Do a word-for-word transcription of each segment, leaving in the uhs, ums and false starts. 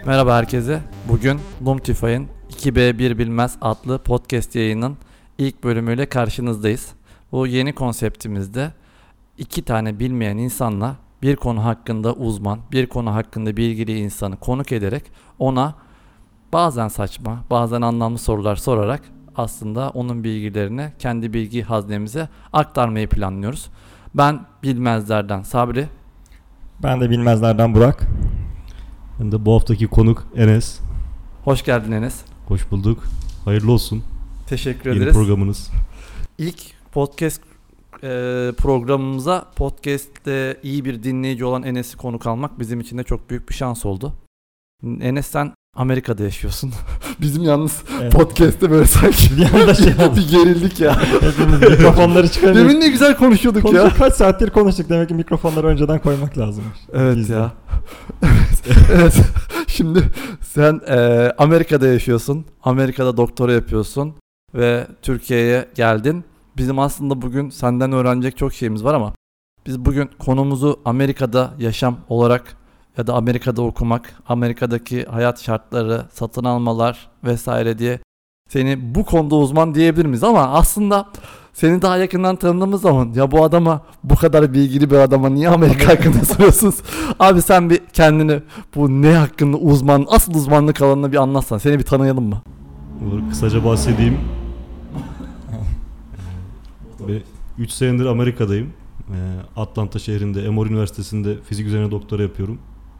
Merhaba herkese. Bugün Lumtify'ın iki B bir Bilmez adlı podcast yayının ilk bölümüyle karşınızdayız. Bu yeni konseptimizde iki tane bilmeyen insanla bir konu hakkında uzman, bir konu hakkında bilgili insanı konuk ederek ona bazen saçma, bazen anlamlı sorular sorarak aslında onun bilgilerini kendi bilgi haznemize aktarmayı planlıyoruz. Ben bilmezlerden Sabri. Ben de bilmezlerden Burak. Ben de bu haftaki konuk Enes. Hoş geldin Enes. Hoş bulduk. Hayırlı olsun. Teşekkür Yeni ederiz. programınız. İlk podcast e, programımıza podcast'te iyi bir dinleyici olan Enes'i konuk almak bizim için de çok büyük bir şans oldu. Enes, sen Amerika'da yaşıyorsun. Bizim yalnız evet. Podcast'te böyle sanki bir anda şey bir gerildik ya. Hepimiz mikrofonları çıkarıyoruz. Demin ne güzel konuşuyorduk Konuştuk, ya. Kaç saattir konuştuk, demek ki mikrofonları önceden koymak lazımmış. Evet Bizden. ya. Evet. Şimdi sen e, Amerika'da yaşıyorsun. Amerika'da doktora yapıyorsun ve Türkiye'ye geldin. Bizim aslında bugün senden öğrenecek çok şeyimiz var ama biz bugün konumuzu Amerika'da yaşam olarak ya da Amerika'da okumak, Amerika'daki hayat şartları, satın almalar vesaire diye seni bu konuda uzman diyebilir miyiz? Ama aslında seni daha yakından tanıdığımız zaman ya bu adama, bu kadar bilgili bir adama niye Amerika hakkında soruyorsunuz? Abi sen bir kendini bu ne hakkında uzman, asıl uzmanlık alanını bir anlatsan. Seni bir tanıyalım mı? Olur, kısaca bahsedeyim. üç senedir Amerika'dayım. Atlanta şehrinde, Emory Üniversitesi'nde fizik üzerine doktora yapıyorum.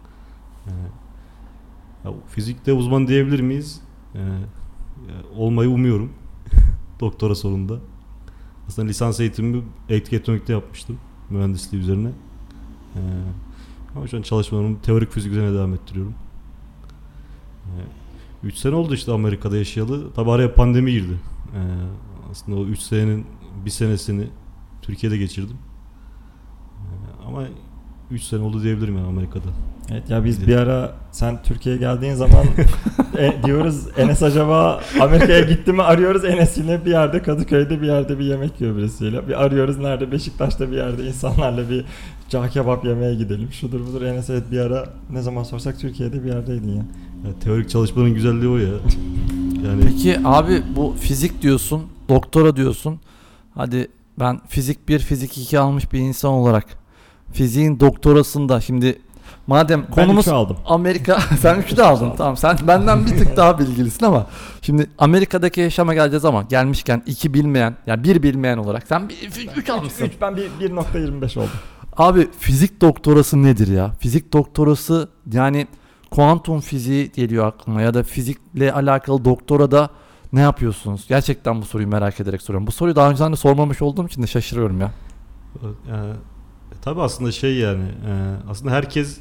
Ya, fizikte uzman diyebilir miyiz? Ee, olmayı umuyorum. Doktora sonunda. Aslında lisans eğitimimi elektrik elektronikte yapmıştım. Mühendisliği üzerine. Ee, ama şu an çalışmalarımı teorik fizik üzerine devam ettiriyorum. üç ee, sene oldu işte Amerika'da yaşayalı. Tabi araya pandemi girdi. Ee, aslında o üç senenin bir senesini Türkiye'de geçirdim. Ee, ama üç sene oldu diyebilirim yani Amerika'da. Evet ya, biz bir ara sen Türkiye'ye geldiğin zaman e, diyoruz Enes acaba Amerika'ya gitti mi, arıyoruz Enes yine bir yerde Kadıköy'de bir yerde bir yemek yiyor birisiyle. Bir arıyoruz nerede, Beşiktaş'ta bir yerde insanlarla bir cağ kebap yemeye gidelim. Şudur budur Enes, evet bir ara ne zaman sorsak Türkiye'de bir yerdeydin ya. Ya teorik çalışmanın güzelliği o ya. Yani... Peki abi, bu fizik diyorsun, doktora diyorsun. Hadi ben fizik bir, fizik iki almış bir insan olarak fiziğin doktorasında şimdi madem ben konumuz Amerika, sen üçü de aldın. Tamam, sen benden bir tık daha bilgilisin ama şimdi Amerika'daki yaşama geleceğiz ama gelmişken iki bilmeyen, yani bir bilmeyen olarak sen bir, üç almışsın. üç, ben bir bir nokta yirmi beş oldum. Abi fizik doktorası nedir ya? Fizik doktorası yani kuantum fiziği geliyor aklıma ya da fizikle alakalı doktorada ne yapıyorsunuz? Gerçekten bu soruyu merak ederek soruyorum. Bu soruyu daha önceden de sormamış olduğum için de şaşırıyorum ya. Yani, tabii aslında şey yani e, aslında herkes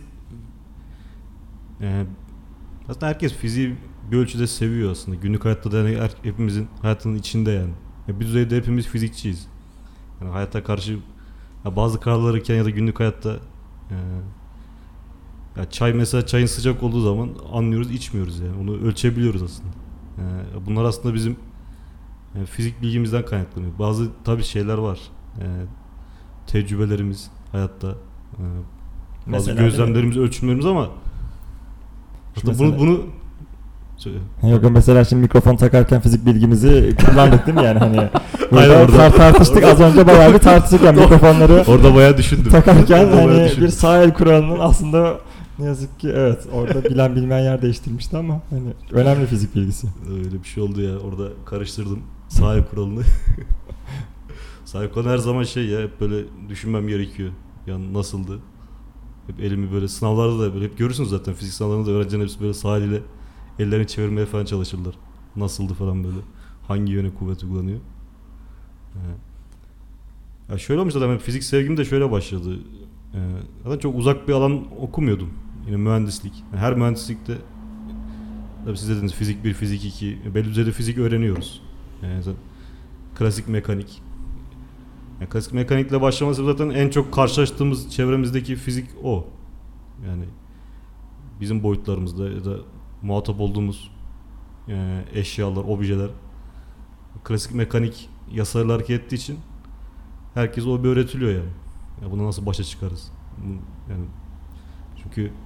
e, aslında herkes fiziği bir ölçüde seviyor aslında. Günlük hayatta da yani hepimizin hayatının içinde yani. Ya bir düzeyde hepimiz fizikçiyiz. Yani hayata karşı ya bazı kararlar alırken ya da günlük hayatta e, ya çay mesela çayın sıcak olduğu zaman anlıyoruz, içmiyoruz yani. Onu ölçebiliyoruz aslında. E, bunlar aslında bizim e, fizik bilgimizden kaynaklanıyor. Bazı tabii şeyler var. E, tecrübelerimiz hayatta, e, bazı mesela gözlemlerimiz, ölçümlerimiz ama bunu bunu Yok mesela şimdi mikrofon takarken fizik bilgimizi kullandık değil mi yani, hani burada orada tartıştık az önce, bayağı bir tartıştık yani mikrofonları orada bayağı düşündüm takarken hani düşündüm. Bir sağ el kuralının aslında ne yazık ki evet orada bilen bilmeyen yer değiştirmişti ama hani önemli fizik bilgisi. Öyle bir şey oldu ya, orada karıştırdım sağ el kuralını. Sağ el kuralı her zaman şey ya, hep böyle düşünmem gerekiyor. Yani nasıldı? Hep elimi böyle sınavlarda da böyle hep görürsünüz zaten, fizik sınavlarında da öğrencilerin hepsi böyle sağ eliyle ellerini çevirmeye falan çalışırlar. Nasıldı falan böyle. Hangi yöne kuvvet uygulanıyor? Evet. Ya şöyle olmuş zaten, fizik sevgim de şöyle başladı. Ee, zaten çok uzak bir alan okumuyordum. Yine mühendislik. Yani her mühendislikte tabii siz dediniz fizik bir, fizik iki. Belli düzeyde fizik öğreniyoruz. Yani zaten klasik mekanik. Yani klasik mekanikle başlaması zaten en çok karşılaştığımız çevremizdeki fizik o. Yani bizim boyutlarımızda ya da muhatap olduğumuz e, eşyalar, objeler klasik mekanik yasalarla hareket ettiği için herkes o bir öğretiliyor yani. Ya buna nasıl başa çıkarız? Yani çünkü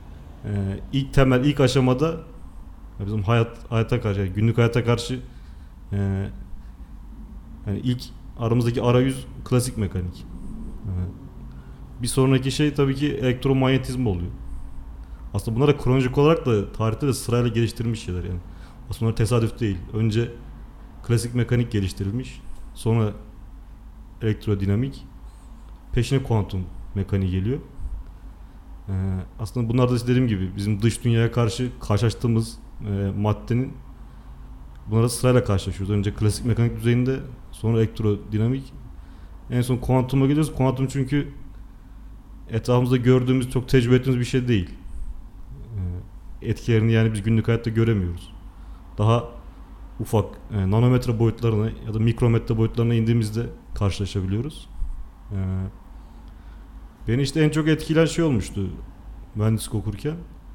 Ee, ilk temel, ilk aşamada bizim hayat hayata karşı, yani günlük hayata karşı e, yani ilk aramızdaki arayüz klasik mekanik. Ee, bir sonraki şey tabii ki elektromanyetizma oluyor. Aslında bunlar da kronolojik olarak da tarihte de sırayla geliştirilmiş şeyler yani. Aslında bunlar tesadüf değil. Önce klasik mekanik geliştirilmiş. Sonra elektrodinamik. Peşine kuantum mekaniği geliyor. Ee, aslında bunlar da dediğim gibi bizim dış dünyaya karşı karşılaştığımız e, maddenin bunlara sırayla karşılaşıyoruz. Önce klasik mekanik düzeyinde, sonra elektrodinamik. En son kuantuma geliyoruz. Kuantum çünkü etrafımızda gördüğümüz, çok tecrübe ettiğimiz bir şey değil. Ee, etkilerini yani biz günlük hayatta göremiyoruz. Daha ufak e, nanometre boyutlarına ya da mikrometre boyutlarına indiğimizde karşılaşabiliyoruz. Ee, beni işte en çok etkilen şey olmuştu mühendislik okurken.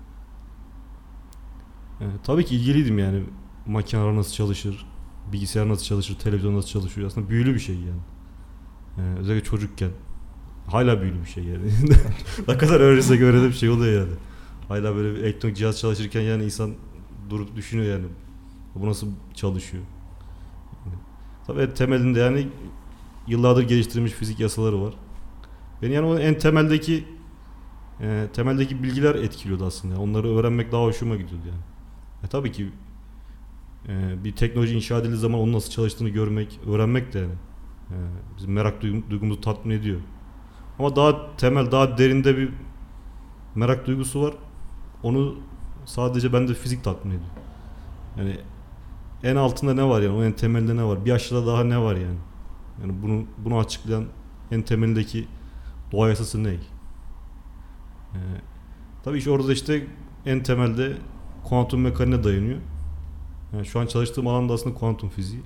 Ee, tabii ki ilgiliydim yani, makineler nasıl çalışır, bilgisayar nasıl çalışır, televizyon nasıl çalışıyor. Aslında büyülü bir şey yani. Ee, özellikle çocukken. Hala büyülü bir şey yani. Ne kadar öğrenirsek öğrenip şey oluyor yani. Hala böyle bir elektronik cihaz çalışırken yani insan durup düşünüyor yani. Bu nasıl çalışıyor? Yani, tabii temelinde yani yıllardır geliştirilmiş fizik yasaları var. Beni yani o en temeldeki e, temeldeki bilgiler etkiliyordu aslında. Yani onları öğrenmek daha hoşuma gidiyordu yani. E, tabii ki e, bir teknoloji inşa edildiği zaman onun nasıl çalıştığını görmek, öğrenmek de yani e, bizim merak duygum, duygumuzu tatmin ediyor. Ama daha temel, daha derinde bir merak duygusu var. Onu sadece bende fizik tatmin ediyor. Yani en altında ne var yani? O en temelinde ne var? Bir aşağıda daha ne var yani? Yani bunu bunu açıklayan en temelindeki doğa yasası ne? Ee, tabii iş orada işte en temelde kuantum mekaniğine dayanıyor. Yani şu an çalıştığım alanda aslında kuantum fiziği.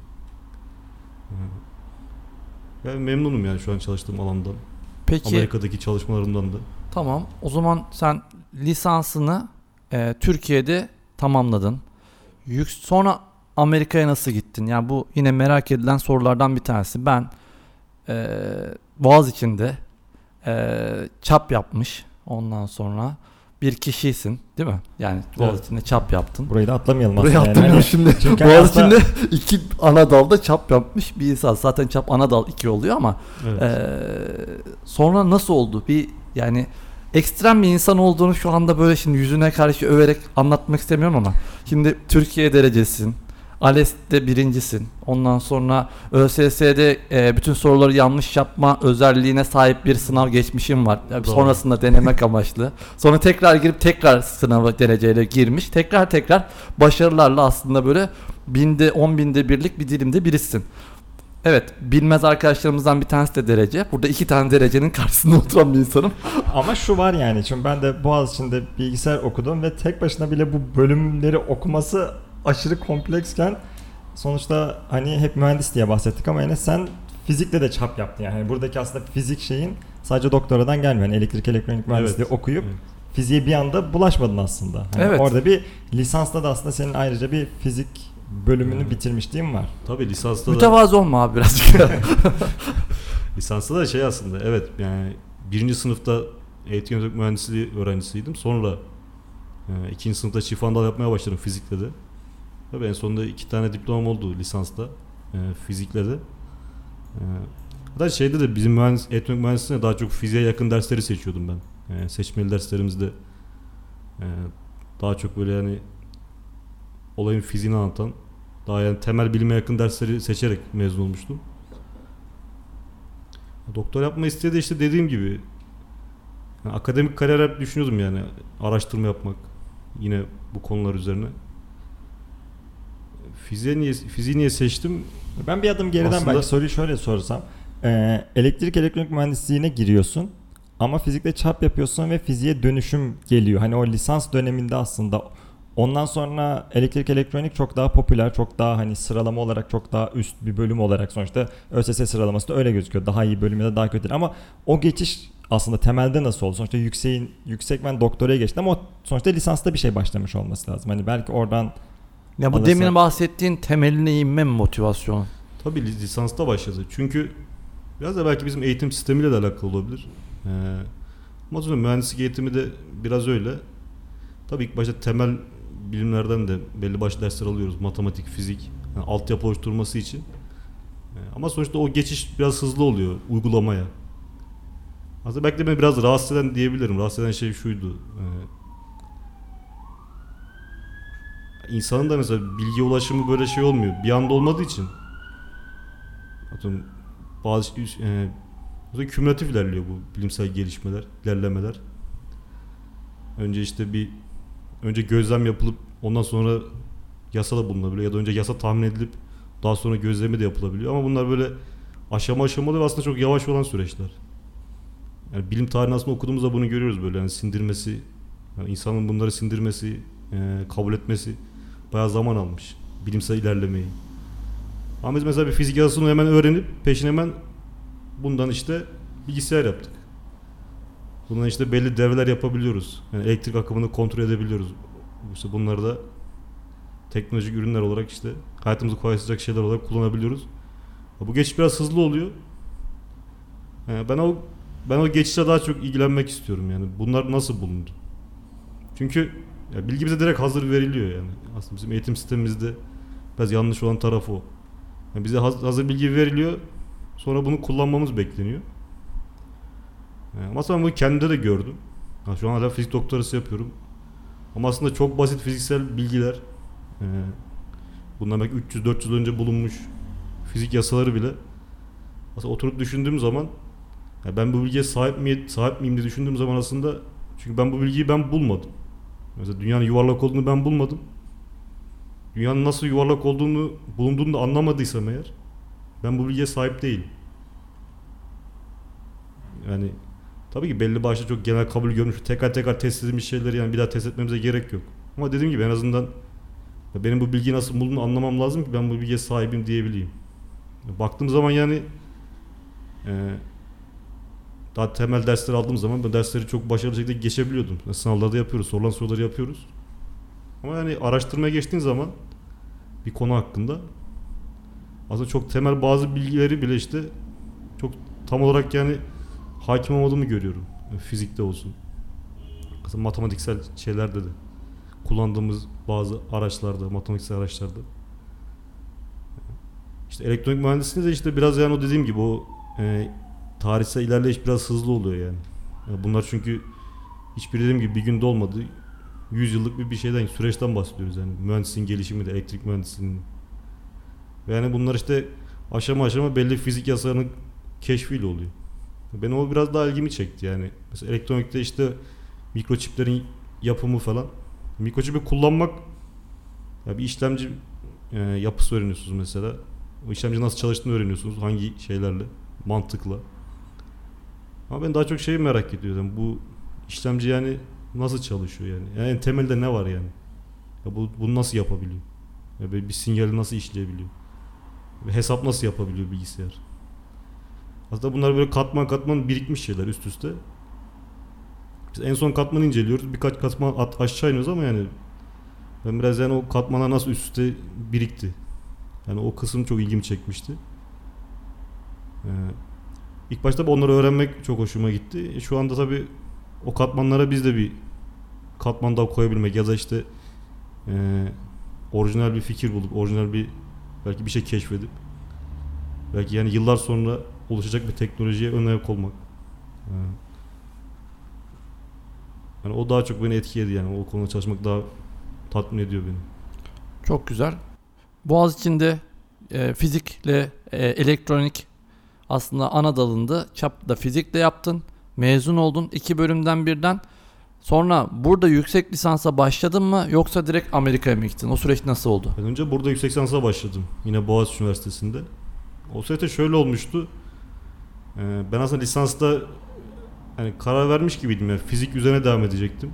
Ee, yani memnunum yani şu an çalıştığım alandan. Peki. Amerika'daki çalışmalarımdan da. Tamam. O zaman sen lisansını e, Türkiye'de tamamladın. Yük, sonra Amerika'ya nasıl gittin? Yani bu yine merak edilen sorulardan bir tanesi. Ben e, Boğaziçi'nde e, çap yapmış. Ondan sonra bir kişisin, değil mi? Yani Boğaziçi'nde evet. Çap yaptın. Burayı da atlamayalım Burayı aslında. atlamayalım yani. şimdi. Çünkü Boğaziçi'nde iki ana dalda çap yapmış bir insan. Zaten çap ana dal iki oluyor ama evet. e, sonra nasıl oldu? Bir yani ekstrem bir insan olduğunu şu anda böyle şimdi yüzüne karşı överek anlatmak istemiyorum ama şimdi Türkiye derecesin. ALES'te birincisin. Ondan sonra ÖSS'de e, bütün soruları yanlış yapma özelliğine sahip bir sınav geçmişim var. Yani sonrasında denemek amaçlı. Sonra tekrar girip tekrar sınava dereceyle girmiş. Tekrar tekrar başarılarla aslında böyle binde on binde birlik bir dilimde birisin. Evet, bilmez arkadaşlarımızdan bir tanesi de derece. Burada iki tane derecenin karşısında oturan bir insanım. Ama şu var yani, çünkü ben de Boğaziçi'nde bilgisayar okudum ve tek başına bile bu bölümleri okuması aşırı kompleksken sonuçta hani hep mühendis diye bahsettik ama yani sen fizikle de çap yaptın yani. Yani buradaki aslında fizik şeyin sadece doktoradan gelmiyor. Yani elektrik elektronik mühendisliği evet. okuyup evet. fiziğe bir anda bulaşmadın aslında. Yani evet. Orada bir lisansla da aslında senin ayrıca bir fizik bölümünü hmm. bitirmişliğin var. Tabii lisansta da... Mütevazı olma abi birazcık. Lisansta da şey aslında evet yani birinci sınıfta eğitim yönetim mühendisliği öğrencisiydim. Sonra e, ikinci sınıfta çift andal yapmaya başladım fizikle de. Tabii en sonunda iki tane diplomam oldu lisansta e, fizikle de. E, hatta şeyde de bizim mühendis, eğitim mühendisliğine daha çok fiziğe yakın dersleri seçiyordum ben. E, seçmeli derslerimizde e, daha çok böyle yani olayın fiziğini anlatan, daha yani temel bilime yakın dersleri seçerek mezun olmuştum. Doktor yapma isteği de işte dediğim gibi yani akademik kariyer hep düşünüyordum yani araştırma yapmak yine bu konular üzerine. Fiziği niye, fiziği niye seçtim? Ben bir adım geriden aslında... belki soruyu şöyle sorsam. Ee, elektrik elektronik mühendisliğine giriyorsun ama fizikte çap yapıyorsun ve fiziğe dönüşüm geliyor. Hani o lisans döneminde aslında ondan sonra elektrik elektronik çok daha popüler, çok daha hani sıralama olarak çok daha üst bir bölüm olarak sonuçta ÖSS sıralaması da öyle gözüküyor. Daha iyi bölüm ya da daha kötü. Ama o geçiş aslında temelde nasıl oldu? Sonuçta yükseğin, yüksek ben doktoraya geçtim ama sonuçta lisansta bir şey başlamış olması lazım. Hani belki oradan ya bu alırsa... demin bahsettiğin temeline inme mi motivasyon? Tabii lisansta başladı. Çünkü biraz da belki bizim eğitim sistemiyle de alakalı olabilir. Ee, ama sonra mühendislik eğitimi de biraz öyle. Tabii ilk başta temel bilimlerden de belli başlı dersler alıyoruz. Matematik, fizik, yani altyapı oluşturması için. Ama sonuçta o geçiş biraz hızlı oluyor uygulamaya. Aslında belki de beni biraz rahatsız eden diyebilirim. Rahatsız eden şey şuydu. Ee, insanın da mesela bilgi ulaşımı böyle şey olmuyor. Bir anda olmadığı için. Atıyorum bazı e, kümülatif ilerliyor bu bilimsel gelişmeler, ilerlemeler. Önce işte bir önce gözlem yapılıp ondan sonra yasa da bulunabiliyor ya da önce yasa tahmin edilip daha sonra gözlemi de yapılabiliyor. Ama bunlar böyle aşama aşamalı ve aslında çok yavaş olan süreçler. Yani bilim tarihini aslında okuduğumuzda bunu görüyoruz böyle. Yani sindirmesi, yani insanın bunları sindirmesi, e, kabul etmesi bayağı zaman almış. Bilimsel ilerlemeyi. Ama biz mesela bir fizik yasasını hemen öğrenip peşine hemen bundan işte bilgisayar yaptık. Bundan işte belli devreler yapabiliyoruz. Yani elektrik akımını kontrol edebiliyoruz. İşte bunları da teknolojik ürünler olarak işte hayatımızı kolaylaştıracak şeyler olarak kullanabiliyoruz. Bu geçiş biraz hızlı oluyor. Yani ben o ben o geçişe daha çok ilgilenmek istiyorum yani. Bunlar nasıl bulundu? Çünkü ya bilgi bize direkt hazır veriliyor yani. Aslında bizim eğitim sistemimizde biraz yanlış olan tarafı o. Yani bize hazır bilgi veriliyor. Sonra bunu kullanmamız bekleniyor. Yani aslında bunu kendimde de gördüm. Yani şu an hala fizik doktorası yapıyorum. Ama aslında çok basit fiziksel bilgiler. Ee, bundan belki üç yüz dört yüz önce bulunmuş fizik yasaları bile aslında oturup düşündüğüm zaman yani ben bu bilgiye sahip mi sahip miyim diye düşündüğüm zaman aslında çünkü ben bu bilgiyi ben bulmadım. Mesela dünyanın yuvarlak olduğunu ben bulmadım. Dünyanın nasıl yuvarlak olduğunu bulunduğunu da anlamadıysam eğer ben bu bilgiye sahip değilim. Yani tabii ki belli başlı çok genel kabul görmüş, tekrar tekrar test edilmiş şeyleri yani bir daha test etmemize gerek yok. Ama dediğim gibi en azından benim bu bilgiyi nasıl bulduğunu anlamam lazım ki ben bu bilgiye sahibim diyebileyim. Baktığım zaman yani e, daha temel dersler aldığım zaman ben dersleri çok başarılı şekilde geçebiliyordum. Yani sınavlarda yapıyoruz, sorulan soruları yapıyoruz. Ama yani araştırmaya geçtiğin zaman bir konu hakkında aslında çok temel bazı bilgileri bile işte çok tam olarak yani hakim olmadığımı görüyorum. Yani fizikte olsun. Aslında matematiksel şeylerde de. Kullandığımız bazı araçlarda, matematiksel araçlarda. İşte elektronik mühendisliğinde de işte biraz yani o dediğim gibi o e, tarihsel ilerleyiş biraz hızlı oluyor yani. yani. Bunlar çünkü hiçbir dediğim gibi bir günde olmadı. yüz yıllık bir bir şeyden, süreçten bahsediyoruz yani. Mühendisliğin gelişimi de, elektrik mühendisliğinin. Ve yani bunlar işte aşama aşama belli fizik yasalarının keşfiyle oluyor. Benim o biraz daha ilgimi çekti yani. Mesela elektronikte işte mikroçiplerin yapımı falan. Mikroçipi kullanmak ya bir işlemci e, yapısı öğreniyorsunuz mesela. O işlemci nasıl çalıştığını öğreniyorsunuz. Hangi şeylerle, mantıkla. Ama ben daha çok şeyi merak ediyorum. Bu işlemci yani nasıl çalışıyor yani? Yani en temelde ne var yani? Ya bu bunu nasıl yapabiliyor? Ya bir sinyali nasıl işleyebiliyor? Ve hesap nasıl yapabiliyor bilgisayar? Aslında bunlar böyle katman katman birikmiş şeyler üst üste. Biz en son katmanı inceliyoruz. Birkaç katman at, aşağı iniyoruz ama yani ben biraz yani o katmanlar nasıl üst üste birikti. Yani o kısım çok ilgimi çekmişti. Ee, ilk başta onları öğrenmek çok hoşuma gitti. E şu anda tabii o katmanlara biz de bir katman daha koyabilmek ya da işte e, orijinal bir fikir bulup, orijinal bir belki bir şey keşfedip belki yani yıllar sonra oluşacak bir teknolojiye ön ayak olmak. Ee, yani o daha çok beni etkiledi yani o konuda çalışmak daha tatmin ediyor beni. Çok güzel. Boğaziçi'nde e, fizikle e, elektronik aslında ana dalındı. Çapta fizikle yaptın. Mezun oldun iki bölümden birden. Sonra burada yüksek lisansa başladın mı yoksa direkt Amerika'ya mı gittin? O süreç nasıl oldu? Ben önce burada yüksek lisansa başladım. Yine Boğaziçi Üniversitesi'nde. O süreçte şöyle olmuştu. Ee, ben aslında lisansta hani karar vermiş gibiydim. Yani fizik üzerine devam edecektim.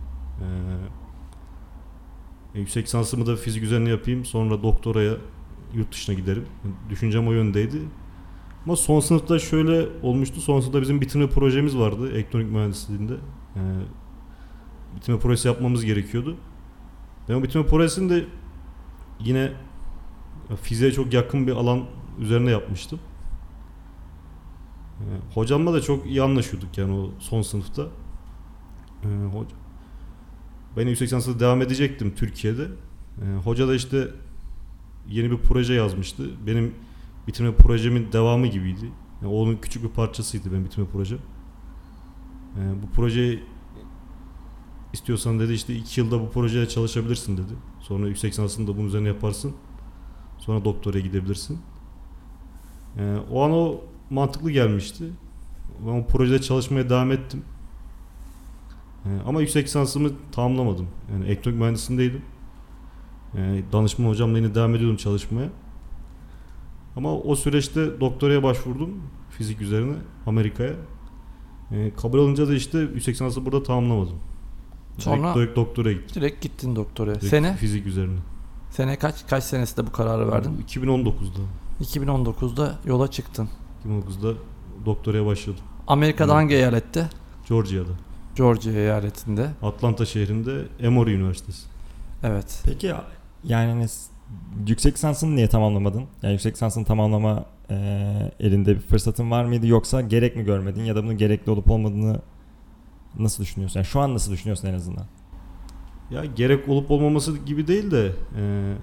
Ee, yüksek lisansımı da fizik üzerine yapayım. Sonra doktoraya yurt dışına giderim. Yani düşüncem o yöndeydi. Ama son sınıfta şöyle olmuştu. Son sınıfta bizim bitirme projemiz vardı elektronik mühendisliğinde. Ee, bitirme projesi yapmamız gerekiyordu. Ben o bitirme projesini de yine fiziğe çok yakın bir alan üzerine yapmıştım. Ee, hocamla da çok iyi anlaşıyorduk yani o son sınıfta. Ee, hoca, ben yüksek lisansa devam edecektim Türkiye'de. E, hoca da işte yeni bir proje yazmıştı. Benim bitirme projemin devamı gibiydi. Yani onun küçük bir parçasıydı benim bitirme projem. E, bu projeyi istiyorsan dedi işte iki yılda bu projeye çalışabilirsin dedi. Sonra yüksek lisansını da bunun üzerine yaparsın. Sonra doktoraya gidebilirsin. E, o an o mantıklı gelmişti. Ben o projede çalışmaya devam ettim. E, ama yüksek lisansımı tamamlamadım. Yani elektronik mühendisliğindeydim. E, danışman hocamla yine devam ediyordum çalışmaya. Ama o süreçte doktoraya başvurdum. Fizik üzerine Amerika'ya. E, kabul alınca da işte yüksek lisansı burada tamamlamadım. Sonra direkt doktora gittim. direkt gittin doktoraya. Direkt Sene? Fizik üzerine. Sene kaç? Kaç senesinde bu kararı verdin? iki bin on dokuzda. iki bin on dokuzda yola çıktın. iki bin on dokuzda doktoraya başladım. Amerika'da Evet. hangi eyalette? Georgia'da. Georgia eyaletinde. Atlanta şehrinde Emory Üniversitesi. Evet. Peki yani hani s- yüksek lisansını niye tamamlamadın? Yani yüksek lisansını tamamlama e, elinde bir fırsatın var mıydı, yoksa gerek mi görmedin ya da bunun gerekli olup olmadığını nasıl düşünüyorsun? Yani şu an nasıl düşünüyorsun en azından? Ya gerek olup olmaması gibi değil de e,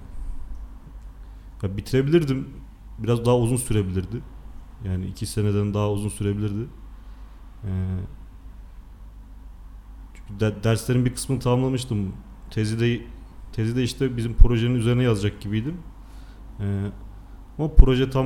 ya bitirebilirdim. Biraz daha uzun sürebilirdi. Yani iki seneden daha uzun sürebilirdi. E, çünkü de, derslerin bir kısmını tamamlamıştım. Tezi de, tezi de işte bizim projenin üzerine yazacak gibiydim. E, ama proje tam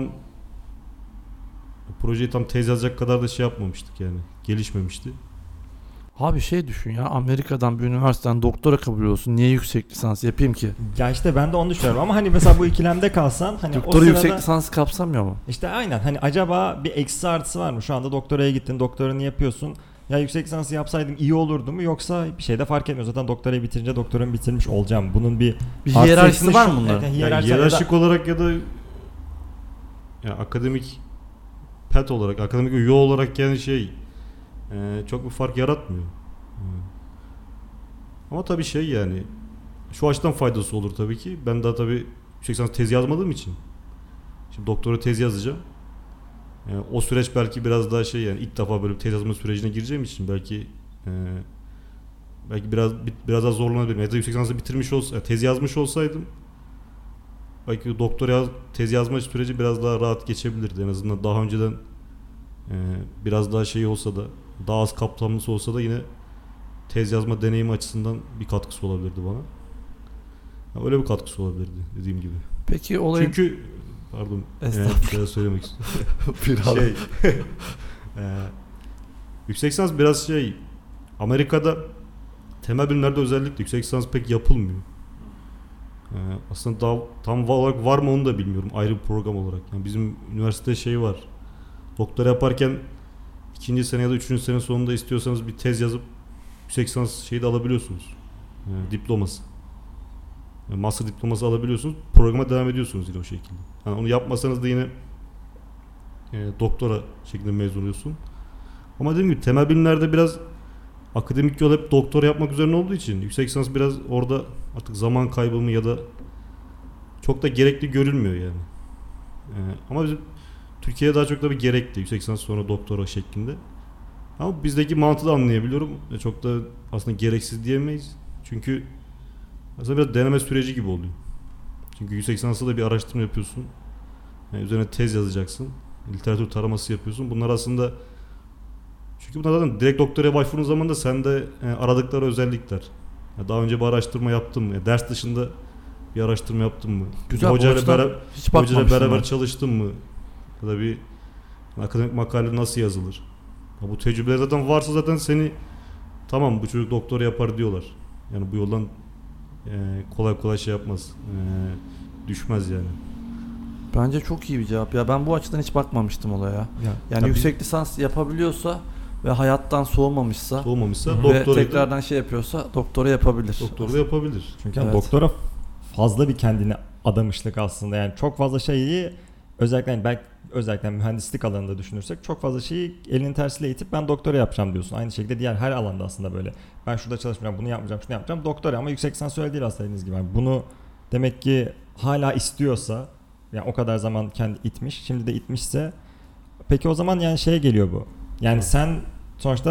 projeyi tam tez yazacak kadar da şey yapmamıştık yani. Gelişmemişti. Abi şey düşün ya, Amerika'dan bir üniversiteden doktora kabul olsun. Niye yüksek lisans yapayım ki? Ya işte ben de onu düşünüyorum ama hani mesela bu ikilemde kalsan hani Doktora o sırada yüksek lisans kapsamıyor mu? işte aynen hani acaba bir eksi artısı var mı? Şu anda doktoraya gittin, doktorunu yapıyorsun. Ya yüksek lisansı yapsaydım iyi olurdu mu, yoksa bir şey de fark etmiyor. Zaten doktorayı bitirince doktorumu bitirmiş olacağım. Bunun bir Bir artı hiyerarşisi eksisi var şu- mı bunların? Evet, yani Yani hiyerarşi ya da- hiyerarşik olarak ya da ya akademik pet olarak, akademik üye olarak yani şey e, çok bir fark yaratmıyor. E, ama tabii şey yani şu açıdan faydası olur tabii ki. Ben daha tabii yüksek lisans tez yazmadığım için. Şimdi doktora tez yazacağım. E, o süreç belki biraz daha şey yani ilk defa böyle bir tez yazma sürecine gireceğim için belki e, belki biraz biraz daha zorlanabilirim. Ya da yüksek lisansı bitirmiş olsa, tez yazmış olsaydım belki doktora yaz, tez yazma süreci biraz daha rahat geçebilirdi. En azından daha önceden e, biraz daha şey olsa da, daha az kapsamlısı olsa da yine tez yazma deneyimi açısından bir katkısı olabilirdi bana. Ya öyle bir katkısı olabilirdi dediğim gibi. Peki olayın... Çünkü pardon, Estağfurullah. bir şey söylemek istiyorum. Biraz. şey, e, yüksek lisans biraz şey, Amerika'da temel bilimlerde özellikle yüksek lisans pek yapılmıyor. Ee, aslında daha, tam olarak var mı onu da bilmiyorum, ayrı bir program olarak. Yani bizim üniversitede şey var. Doktora yaparken ikinci sene ya da üçüncü sene sonunda istiyorsanız bir tez yazıp yüksek lisans şeyi de alabiliyorsunuz. Ee, diploması. Yani master diploması alabiliyorsunuz. Programa devam ediyorsunuz yine o şekilde. Yani onu yapmasanız da yine e, doktora şeklinde mezun oluyorsun. Ama dediğim gibi temel bilimlerde biraz akademik yol hep doktora yapmak üzerine olduğu için yüksek lisans biraz orada artık zaman kaybı mı ya da çok da gerekli görülmüyor yani. Ee, ama bizim Türkiye'de daha çok da bir gerekli yüksek lisans sonra doktora şeklinde. Ama bizdeki mantığı da anlayabiliyorum. E, çok da aslında gereksiz diyemeyiz. Çünkü aslında biraz deneme süreci gibi oluyor. Çünkü yüksek lisansta da bir araştırma yapıyorsun. Yani üzerine tez yazacaksın. Literatür taraması yapıyorsun. Bunlar aslında çünkü bunlar zaten direkt doktoraya başvurduğun zaman da sende e, aradıkları özellikler. Ya daha önce bir araştırma yaptın mı? Ya ders dışında bir araştırma yaptın mı? Güzel, Hocayla o açıdan beraber, hiç hocayla bakmamıştım beraber ben. çalıştın mı? Ya da bir akademik makale nasıl yazılır? Ya bu tecrübeler zaten varsa zaten seni tamam bu çocuk doktora yapar diyorlar. Yani bu yoldan e, kolay kolay şey yapmaz. E, düşmez yani. Bence çok iyi bir cevap. Ya ben bu açıdan hiç bakmamıştım olaya. Ya, Yani tabii. yüksek lisans yapabiliyorsa ve hayattan soğumamışsa Soğumamışsa ve doktora tekrardan şey yapıyorsa doktora yapabilir. doktora da yapabilir. Çünkü hani Evet. doktora fazla bir kendine adamışlık aslında. Yani çok fazla şeyi, özellikle hani belki özellikle mühendislik alanında düşünürsek çok fazla şeyi elinin tersiyle itip ben doktora yapacağım diyorsun. Aynı şekilde diğer her alanda aslında böyle. Ben şurada çalışmayacağım, bunu yapmayacağım, şunu yapacağım. Doktora ama yüksek lisans öyle değil aslında dediğiniz gibi. Yani bunu demek ki hala istiyorsa, yani o kadar zaman kendi itmiş, şimdi de itmişse, peki o zaman yani şeye geliyor bu. Yani sen sonuçta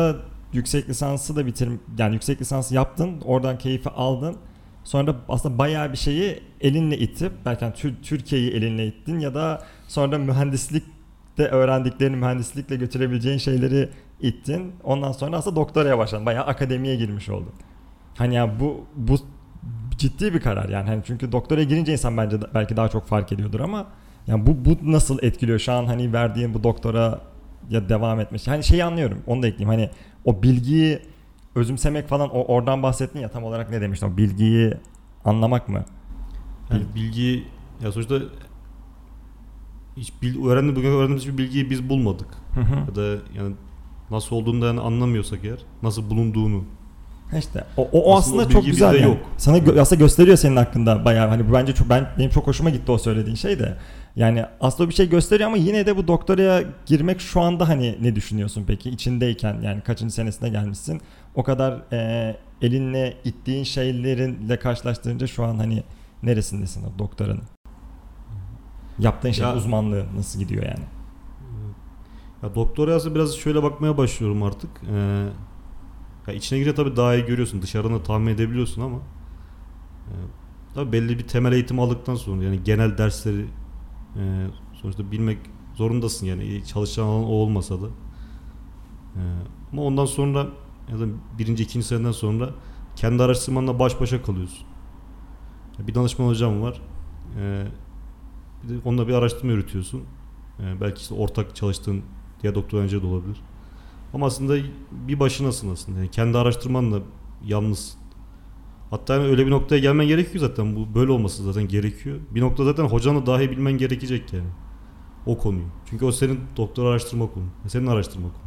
yüksek lisansı da bitirim yani yüksek lisansı yaptın, oradan keyfi aldın. Sonra aslında bayağı bir şeyi elinle itip belki yani Türkiye'yi elinle ittin ya da sonra mühendislikte öğrendiklerini mühendislikle götürebileceğin şeyleri ittin. Ondan sonra aslında doktoraya başladın. Bayağı akademiye girmiş oldun. Hani ya bu bu ciddi bir karar yani. Hani çünkü doktoraya girince insan bence da, belki daha çok fark ediyordur ama yani bu bu nasıl etkiliyor şu an hani verdiğin bu doktora ya devam etmesi. Hani şeyi anlıyorum. Onu da ekleyeyim. Hani o bilgiyi özümsemek falan o oradan bahsettin ya, tam olarak ne demiştin? O bilgiyi anlamak mı? Yani bilgiyi ya sonuçta hiç bil, öğrendi bugün öğrendiğimiz hiçbir bilgiyi biz bulmadık. Hı hı. Ya da yani nasıl olduğunu da yani anlamıyorsak eğer, nasıl bulunduğunu. İşte o, o aslında, aslında o çok güzel yani. Yok. Sana gö- aslında gösteriyor senin hakkında bayağı, hani bence çok ben benim çok hoşuma gitti o söylediğin şey de. Yani aslında bir şey gösteriyor ama yine de bu doktoraya girmek şu anda hani ne düşünüyorsun peki içindeyken, yani kaçıncı senesine gelmişsin? O kadar e, elinle ittiğin şeylerinle karşılaştırınca şu an hani neresindesin o doktoranın? Yaptığın şey, ya, uzmanlığı nasıl gidiyor yani? Ya doktoraya aslında biraz şöyle bakmaya başlıyorum artık. Ee, ya içine girince tabii daha iyi görüyorsun. Dışarıdan da tahmin edebiliyorsun ama e, tabii belli bir temel eğitim aldıktan sonra yani genel dersleri e, sonuçta bilmek zorundasın yani çalışacağın alan o olmasa da. E, ama ondan sonra ya da birinci, ikinci seneden sonra kendi araştırmanla baş başa kalıyorsun. Bir danışman hocam var. E, bir de onunla bir araştırma yürütüyorsun. E, belki işte ortak çalıştığın diğer doktor öğrenci de olabilir. Ama aslında bir başınasın aslında. Yani kendi araştırmanla yalnızsın. Hatta yani öyle bir noktaya gelmen gerekiyor zaten. Bu böyle olması zaten gerekiyor. Bir nokta zaten hocanı dahi bilmen gerekecek yani. O konuyu. Çünkü o senin doktor araştırma konu. Senin araştırma konu.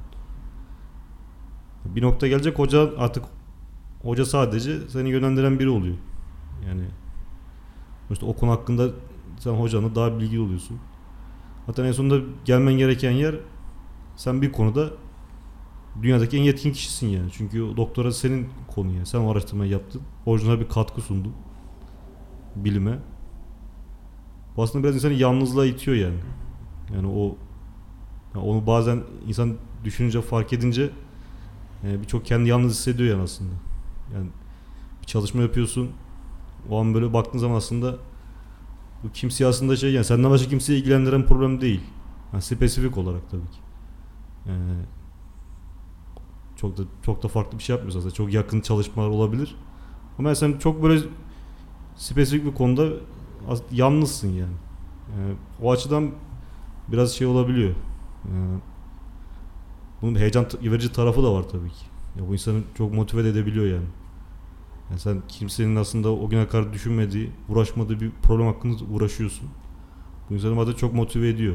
Bir nokta gelecek, hoca artık hoca sadece seni yönlendiren biri oluyor. Yani işte o konu hakkında sen hocanla daha bilgili oluyorsun. Hatta en sonunda gelmen gereken yer, sen bir konuda dünyadaki en yetkin kişisin yani. Çünkü o doktora senin konu yani. Sen o araştırmayı yaptın. Orijinal bir katkı sundun bilime. Bu aslında biraz insanı yalnızlığa itiyor yani. Yani o yani onu bazen insan düşününce, fark edince yani birçok kendi yalnız hissediyor yani aslında. Yani bir çalışma yapıyorsun. O an böyle baktığın zaman aslında bu kimseyi aslında şey yani senden başka kimseyi ilgilendiren problem değil. Yani spesifik olarak tabii ki. Yani çok da çok da farklı bir şey yapmıyorsun aslında. Çok yakın çalışmalar olabilir. Ama sen çok böyle spesifik bir konuda yalnızsın yani. yani o açıdan biraz şey olabiliyor. Yani bunun bir heyecan verici tarafı da var tabii ki. Ya bu insanı çok motive edebiliyor yani. Yani sen kimsenin aslında o güne kadar düşünmediği, uğraşmadığı bir problem hakkında uğraşıyorsun. Bu insanı bazen çok motive ediyor.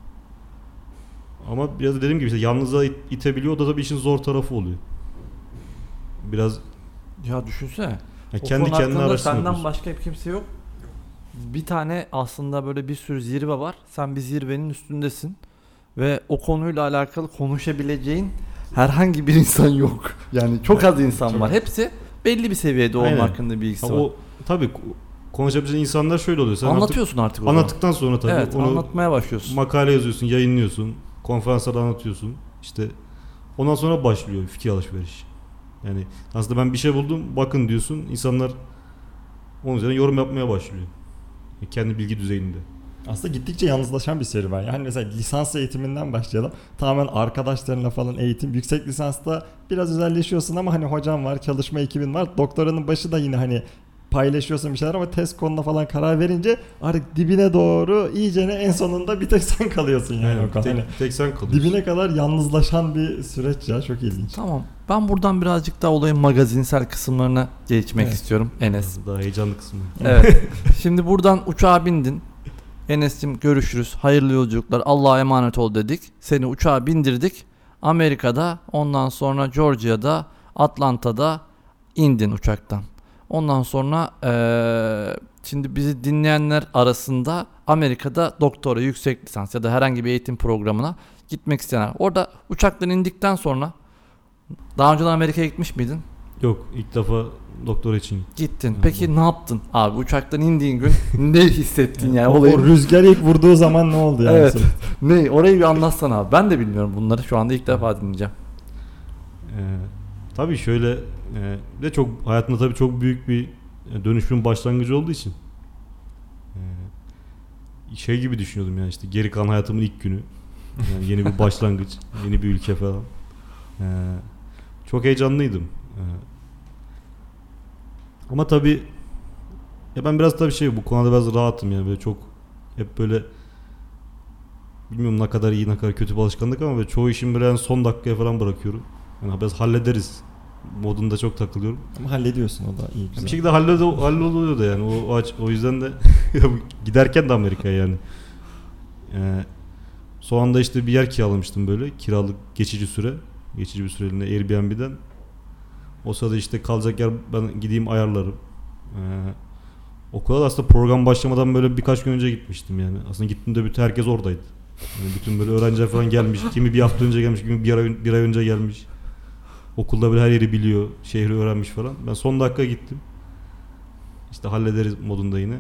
Ama biraz da dediğim gibi işte yalnızlığa itebiliyor. O da tabii işin zor tarafı oluyor. Biraz ya düşünsene. Ya kendi kendine araştırma senden başka bir kimse yok. Bir tane aslında böyle bir sürü zirve var. Sen bir zirvenin üstündesin. Ve o konuyla alakalı konuşabileceğin herhangi bir insan yok. Yani çok az insan çok var. Hepsi belli bir seviyede onun hakkında bilgisi var. O tabii konuşabileceğin insanlar şöyle oluyor. Sen anlatıyorsun artık, artık anlattıktan sonra tabii evet, onu anlatmaya başlıyorsun. Makale yazıyorsun, yayınlıyorsun, konferanslarda anlatıyorsun. İşte ondan sonra başlıyor fikir alışveriş. Yani aslında ben bir şey buldum, bakın diyorsun. İnsanlar onun üzerine yorum yapmaya başlıyor. Yani kendi bilgi düzeyinde. Aslında gittikçe yalnızlaşan bir serüven. Yani mesela lisans eğitiminden başlayalım. Tamamen arkadaşlarınla falan eğitim. Yüksek lisansta biraz özelleşiyorsun ama hani hocam var, çalışma ekibin var. Doktoranın başı da yine hani paylaşıyorsun bir şeyler ama test konuna falan karar verince artık dibine doğru iyicene en sonunda bir tek sen kalıyorsun yani. Yani o tek, hani tek sen kalıyorsun. Dibine kadar yalnızlaşan bir süreç ya, çok ilginç. Tamam. Ben buradan birazcık daha olayın magazinsel kısımlarına geçmek evet. istiyorum Enes. Daha heyecanlı kısmı. Evet. Şimdi buradan uçağa bindin. Enes'cim görüşürüz. Hayırlı yolculuklar. Allah'a emanet ol dedik. Seni uçağa bindirdik. Amerika'da, ondan sonra Georgia'da, Atlanta'da indin uçaktan. Ondan sonra ee, şimdi bizi dinleyenler arasında Amerika'da doktora, yüksek lisans ya da herhangi bir eğitim programına gitmek isteyenler. Orada uçaktan indikten sonra daha önce Amerika'ya gitmiş miydin? Yok, ilk defa doktora için gittin. Peki yani ne yaptın abi uçaktan indiğin gün? Ne hissettin yani? O, o rüzgar ilk vurduğu zaman ne oldu yani? Evet. Ne? Orayı bir anlatsana abi. Ben de bilmiyorum bunları. Şu anda ilk defa dinleyeceğim. Ee, tabii şöyle e, de çok hayatımda tabii çok büyük bir dönüşümün başlangıcı olduğu için e, şey gibi düşünüyordum yani işte geri kalan hayatımın ilk günü. Yani yeni bir başlangıç, yeni bir ülke falan. E, çok heyecanlıydım. E, ama tabii ya ben biraz tabii şey bu konuda biraz rahatım yani böyle çok hep böyle bilmiyorum ne kadar iyi ne kadar kötü bir alışkanlık ama böyle çoğu işimi böyle yani son dakikaya falan bırakıyorum. Yani biraz hallederiz modunda çok takılıyorum. Ama hallediyorsun, o da iyi güzel. Bir şekilde halloluyor, halloluyor da yani o, o, o yüzden de giderken de Amerika'ya yani. Ee, son anda işte bir yer kiralamıştım böyle kiralık geçici süre. Geçici bir süreliğine Airbnb'den. O sırada işte kalacak yer ben gideyim ayarlarım. Ee, okula da aslında program başlamadan böyle birkaç gün önce gitmiştim yani. Aslında gittiğimde bütün herkes oradaydı. Yani bütün böyle öğrenciler falan gelmiş. Kimi bir hafta önce gelmiş, kimi bir ay, bir ay önce gelmiş. Okulda böyle her yeri biliyor, şehri öğrenmiş falan. Ben son dakika gittim. İşte hallederiz modunda yine.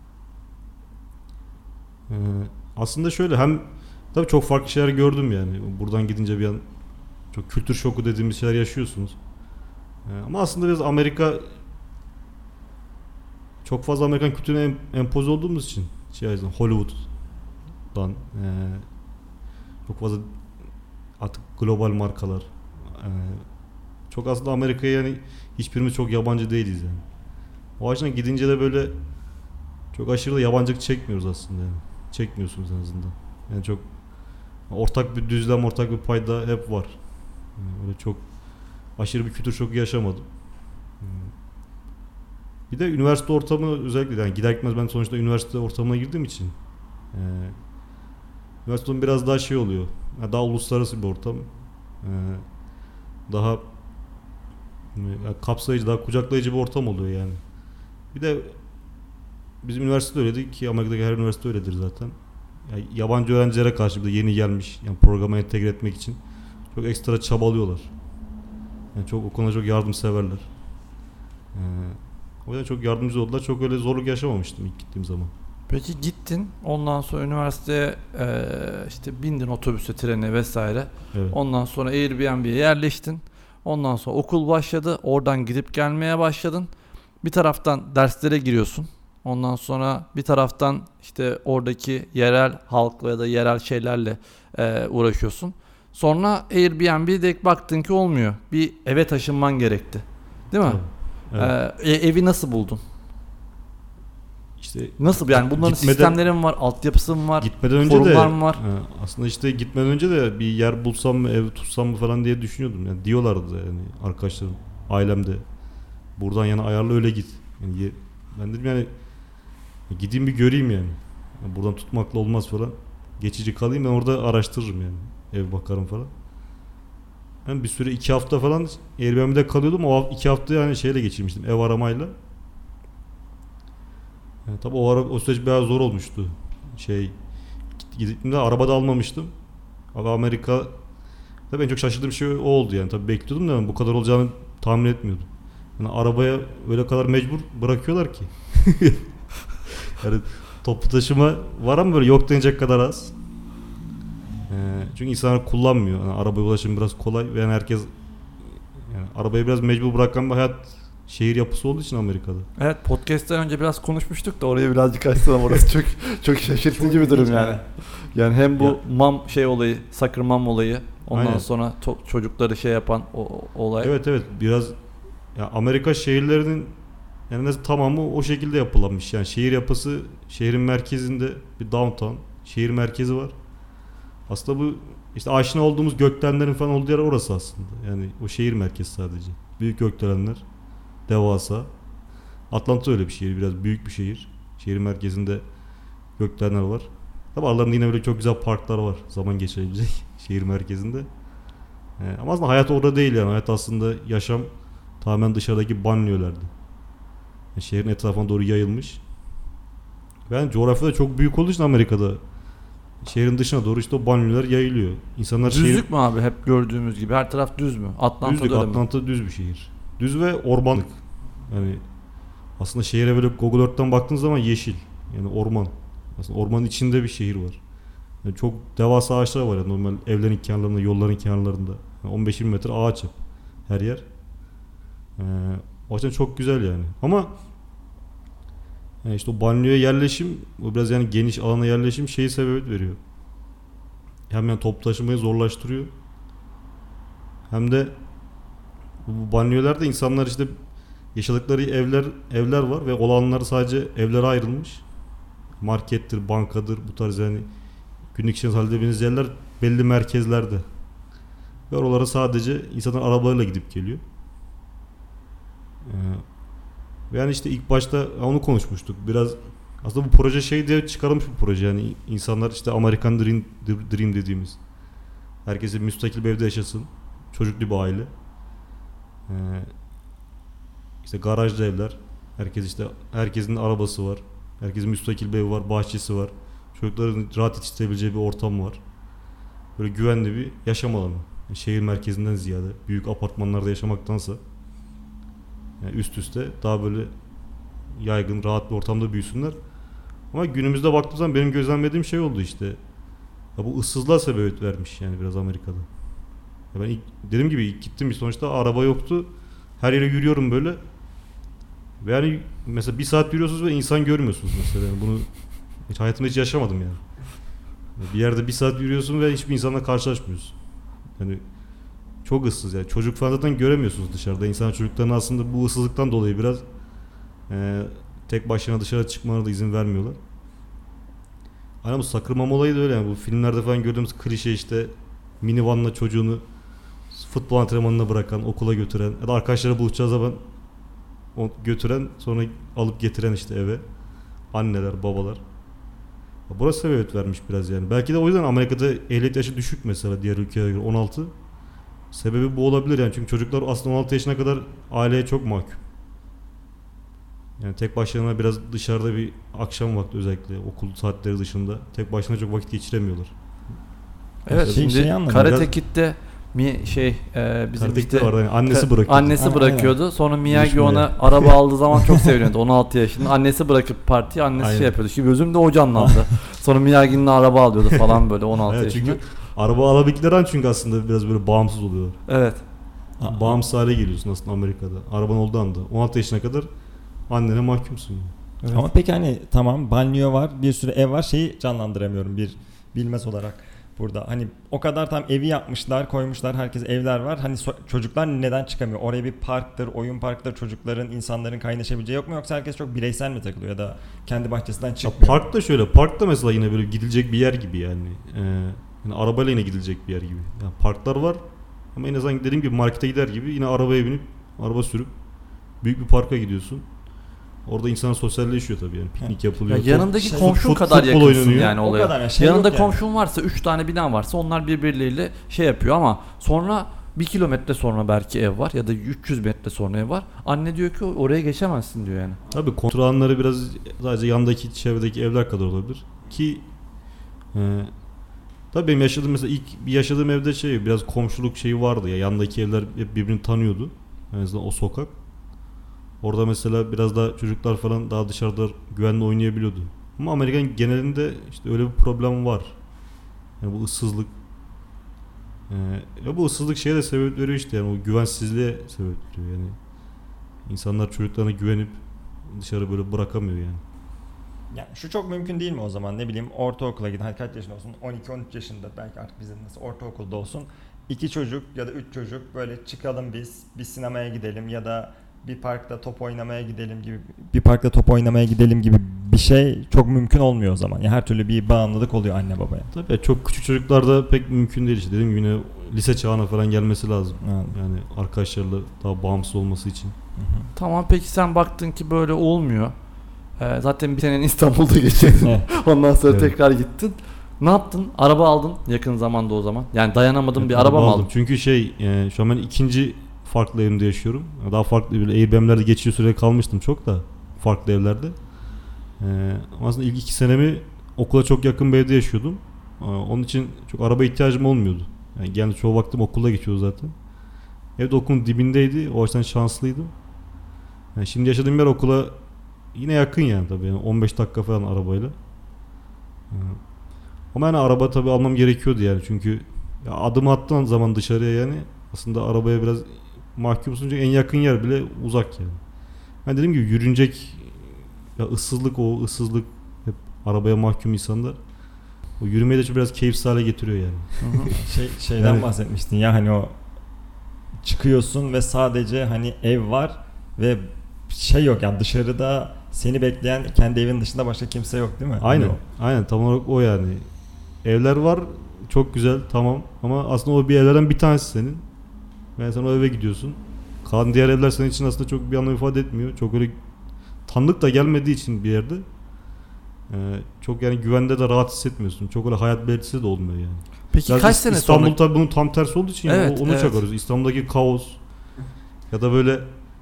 Ee, aslında şöyle hem tabii çok farklı şeyler gördüm yani. Buradan gidince bir an çok kültür şoku dediğimiz şeyler yaşıyorsunuz. Ee, ama aslında biraz Amerika çok fazla Amerikan kültürüne em, empoze olduğumuz için şey yüzden Hollywood'dan e, çok fazla artık global markalar e, çok aslında Amerika'ya yani hiçbirimiz çok yabancı değiliz yani. O açıdan gidince de böyle çok aşırı da yabancılık çekmiyoruz aslında yani. Çekmiyorsunuz en azından. Yani çok ortak bir düzlem, ortak bir payda hep var. Yani öyle çok aşırı bir kültür şoku yaşamadım. Bir de üniversite ortamı özellikle yani gider gitmez ben sonuçta üniversite ortamına girdiğim için e, üniversite biraz daha şey oluyor. Yani daha uluslararası bir ortam. E, daha yani kapsayıcı, daha kucaklayıcı bir ortam oluyor yani. Bir de bizim üniversite öyleydi ki Amerika'daki her üniversite öyledir zaten. Yani yabancı öğrencilere karşı bir de yeni gelmiş yani programa entegre etmek için çok ekstra çabalıyorlar. Yani çok o konuda çok yardımseverler. Ee, o yüzden çok yardımcı oldular. Çok öyle zorluk yaşamamıştım ilk gittiğim zaman. Peki gittin, ondan sonra üniversiteye e, işte bindin otobüse, trene vesaire. Evet. Ondan sonra Airbnb'ye yerleştin. Ondan sonra okul başladı. Oradan gidip gelmeye başladın. Bir taraftan derslere giriyorsun. Ondan sonra bir taraftan işte oradaki yerel halkla ya da yerel şeylerle e, uğraşıyorsun. Sonra Airbnb'de baktın ki olmuyor. Bir eve taşınman gerekti. Değil mi? Evet. Ee, evi nasıl buldun? İşte Nasıl yani bunların gitmeden, sistemleri mi var, altyapısı mı var, gitmeden önce forumlar de mı var? e, aslında işte gitmeden önce de bir yer bulsam mı, ev tutsam mı falan diye düşünüyordum. Yani diyorlardı da yani arkadaşlarım, ailemde. Buradan yana ayarla öyle git. Yani ye, ben dedim yani gideyim bir göreyim yani. Yani buradan tutmakla olmaz falan. Geçici kalayım ben orada araştırırım yani. Ev bakarım falan. Ben bir süre iki hafta falan Airbnb'de kalıyordum. O iki hafta yani şeyle geçirmiştim. Ev aramayla. Yani tabii o ara o süreç biraz zor olmuştu. Şey gittiğimde arabada almamıştım. Ama Amerika tabii en çok şaşırdığım şey o oldu yani. Tabii bekliyordum da bu kadar olacağını tahmin etmiyordum. Yani arabaya öyle kadar mecbur bırakıyorlar ki. Yani toplu taşıma var ama böyle yok denecek kadar az. Ee, çünkü insanlar kullanmıyor. Yani arabaya ulaşım biraz kolay ve yani herkes yani arabayı biraz mecbur bırakan bir hayat şehir yapısı olduğu için Amerika'da. Evet, podcast'ten önce biraz konuşmuştuk da oraya birazcık açsana, orası çok çok şaşırtıcı bir durum yani. Yani hem bu Ya. mam şey olayı, soccer mom olayı, ondan Aynen. sonra to- çocukları şey yapan o, o olay. Evet evet biraz ya Amerika şehirlerinin yani tamamı o şekilde yapılanmış. Yani şehir yapısı şehrin merkezinde bir downtown, şehir merkezi var. Aslında bu işte aşina olduğumuz gökdelenlerin falan olduğu yer orası aslında. Yani o şehir merkezi sadece. Büyük gökdelenler, devasa. Atlanta öyle bir şehir, biraz büyük bir şehir. Şehir merkezinde gökdelenler var. Tabi aralarında yine böyle çok güzel parklar var zaman geçirebilecek şehir merkezinde. Ee, ama aslında hayat orada değil yani. Hayat aslında yaşam tamamen dışarıdaki banliyölerde. Yani şehrin etrafına doğru yayılmış. Ben coğrafyada çok büyük olduğu için Amerika'da şehrin dışına doğru işte o banliyöler yayılıyor. İnsanlar Düzlük şehir... mü abi hep gördüğümüz gibi? Her taraf düz mü? Atlanta'da Düzlük, öyle mi? Atlanta düz bir şehir. Düz ve ormanlık. Yani aslında şehre böyle Google Earth'ten baktığınız zaman yeşil. Yani orman. Aslında ormanın içinde bir şehir var. Yani çok devasa ağaçlar var yani normal evlerin kenarlarında, yolların kenarlarında. Yani on beş yirmi metre ağaç her yer. Ee, o yüzden çok güzel yani. Ama yani işte o banyoya yerleşim, o biraz yani geniş alana yerleşim şeyi sebebiyet veriyor. Hem yani toplu taşımayı zorlaştırıyor. Hem de bu banyolarda insanlar işte yaşadıkları evler evler var ve olanlar sadece evlere ayrılmış. Markettir, bankadır, bu tarz yani günlük işinizi halledebildiğiniz yerler belli merkezlerde. Ve oralara sadece insanlar arabalarla gidip geliyor. Ee, ve yani işte ilk başta onu konuşmuştuk. Biraz aslında bu proje şey diye çıkarılmış bir proje. Yani insanlar işte American Dream, Dream dediğimiz. Herkese müstakil bir evde yaşasın. Çocuklu bir aile. Ee, işte garajlı evler. Herkes işte herkesin arabası var. Herkesin müstakil bir evi var, bahçesi var. Çocukların rahat yetiştirebileceği bir ortam var. Böyle güvenli bir yaşam alanı. Yani şehir merkezinden ziyade büyük apartmanlarda yaşamaktansa yani üst üste daha böyle yaygın, rahat bir ortamda büyüsünler. Ama günümüzde baktığım zaman benim gözlemlediğim şey oldu işte. Ya bu ıssızlığa sebebiyet vermiş yani biraz Amerika'da. Ya ben ilk, dediğim gibi ilk gittim bir sonuçta araba yoktu. Her yere yürüyorum böyle. Ve yani mesela bir saat yürüyorsunuz ve insan görmüyorsunuz mesela. Yani bunu hiç hayatımda hiç yaşamadım yani. Bir yerde bir saat yürüyorsun ve hiçbir insanla karşılaşmıyorsun. Yani çok ıssız yani. Çocuk falan zaten göremiyorsunuz dışarıda. İnsan çocuklarına aslında bu ıssızlıktan dolayı biraz e, tek başına dışarı çıkmalarına da izin vermiyorlar. Aynen bu sakırmam olayı da öyle yani. Bu filmlerde falan gördüğümüz klişe işte minivanla çocuğunu futbol antrenmanına bırakan, okula götüren ya da arkadaşlara buluşacağı zaman götüren sonra alıp getiren işte eve anneler, babalar. Burası sebebiyet vermiş biraz yani. Belki de o yüzden Amerika'da ehliyet yaşı düşük mesela diğer ülkelere göre on altı. Sebebi bu olabilir yani çünkü çocuklar aslında on altı yaşına kadar aileye çok mahkum. Yani tek başlarına biraz dışarıda bir akşam vakti özellikle okul saatleri dışında tek başına çok vakit geçiremiyorlar. Evet, Şey- şimdi şeyi anladım. Karate Biraz- Kid'de mi şey e, bizim Karate işte Kid'de vardı yani annesi ka- bırakıyordu. annesi Aynen, bırakıyordu. Sonra Miyagi Düşmüyor. ona araba aldığı zaman çok seviniyordu. on altı yaşında. Annesi bırakıp partiyi annesi Aynen. şey yapıyordu. Şimdi gözümde o canlandı. Sonra Miyagi'nin araba alıyordu falan böyle on altı Evet, yaşında. çünkü araba alabildikleri an çünkü aslında biraz böyle bağımsız oluyorlar. Evet. Aa, Bağımsız hale geliyorsun aslında Amerika'da. Araban olduğu anda. on altı yaşına kadar annene mahkumsun. Evet. Ama peki hani tamam banyo var, bir sürü ev var, şeyi canlandıramıyorum bir bilmez olarak burada. Hani o kadar tam evi yapmışlar, koymuşlar, herkes evler var. Hani so- çocuklar neden çıkamıyor? Oraya bir parktır, oyun parktır, çocukların, insanların kaynaşabileceği yok mu? Yoksa herkes çok bireysel mi takılıyor ya da kendi bahçesinden Ya çıkmıyor? parkta şöyle, parkta mesela yine böyle gidilecek bir yer gibi yani. Ee, yani arabayla yine gidilecek bir yer gibi. Yani parklar var ama en azından dediğim gibi markete gider gibi yine arabaya binip, araba sürüp büyük bir parka gidiyorsun. Orada insanlar sosyalleşiyor tabii yani. Piknik Ya yapılıyor. yanındaki Şey, komşun fut- kadar futbol yakınsın oynanıyor. yani O olaya. kadar yani, şey Yanında yok yani. komşun varsa üç tane bina varsa onlar birbirleriyle şey yapıyor ama sonra bir kilometre sonra belki ev var ya da üç yüz metre sonra ev var. Anne diyor ki oraya geçemezsin diyor yani. Tabii kontrol alanları biraz sadece yandaki çevredeki evler kadar olabilir. Ki e, tabii benim yaşadığım mesela ilk bir yaşadığım evde şey biraz komşuluk şeyi vardı ya. Yandaki evler hep birbirini tanıyordu. En azından o sokak. Orada mesela biraz daha çocuklar falan daha dışarıda güvenli oynayabiliyordu. Ama Amerikan genelinde işte öyle bir problem var. Yani bu ıssızlık. Ee, ya bu ıssızlık şeye de sebep veriyor işte yani o güvensizliğe sebep veriyor yani. İnsanlar çocuklarına güvenip dışarı böyle bırakamıyor yani. Yani şu çok mümkün değil mi o zaman, ne bileyim ortaokula giden, hadi kaç yaşında olsun, on iki on üç yaşında belki artık bizim nasıl ortaokulda olsun, iki çocuk ya da üç çocuk böyle çıkalım biz bir sinemaya gidelim ya da bir parkta top oynamaya gidelim gibi bir parkta top oynamaya gidelim gibi bir şey çok mümkün olmuyor o zaman. Yani her türlü bir bağımlılık oluyor anne babaya. Tabii çok küçük çocuklarda pek mümkün değil işte dediğim gibi yine lise çağına falan gelmesi lazım. Evet. Yani arkadaşlarla daha bağımsız olması için. Tamam, peki sen baktın ki böyle olmuyor. Ee, zaten bir senenin İstanbul'da geçirdin. Evet. Ondan sonra Evet. tekrar gittin. Ne yaptın? Araba aldın yakın zamanda o zaman. Yani dayanamadın Evet, bir araba mı aldım. aldın? Çünkü şey e, şu an ben ikinci farklı evimde yaşıyorum. Daha farklı bir Airbnb'lerde geçici süre kalmıştım çok da farklı evlerde. E, aslında ilk iki senemi okula çok yakın bir evde yaşıyordum. E, onun için çok araba ihtiyacım olmuyordu. Yani genelde çoğu vaktim okulda geçiyordu zaten. Evde okulun dibindeydi. O yüzden şanslıydım. Yani şimdi yaşadığım yer okula yine yakın yani tabii. Yani on beş dakika falan arabayla. E, ama yani araba tabii almam gerekiyordu yani çünkü ya adım attığın zaman dışarıya yani aslında arabaya biraz mahkumsun çünkü en yakın yer bile uzak yani. Ben dediğim gibi yürünecek ya ıssızlık o ıssızlık hep arabaya mahkum insanlar. O yürümeyi de biraz keyifsiz hale getiriyor yani. şey şeyden Yani- bahsetmiştin ya hani o çıkıyorsun ve sadece hani ev var ve şey yok yani dışarıda seni bekleyen kendi evin dışında başka kimse yok değil mi? Aynen. Hani Aynen tam olarak o yani. Evler var çok güzel tamam ama aslında o bir evlerden bir tanesi senin. Yani sen o eve gidiyorsun. Kalan diğer evler senin için aslında çok bir anlam ifade etmiyor. Çok öyle tanıdık da gelmediği için bir yerde e, çok yani güvende de rahat hissetmiyorsun. Çok öyle hayat belirtisi de olmuyor yani. Peki Biraz kaç İs- sene İstanbul sonra? tabii bunun tam tersi olduğu için yani Evet, o- onu evet. çakarız. İstanbul'daki kaos ya da böyle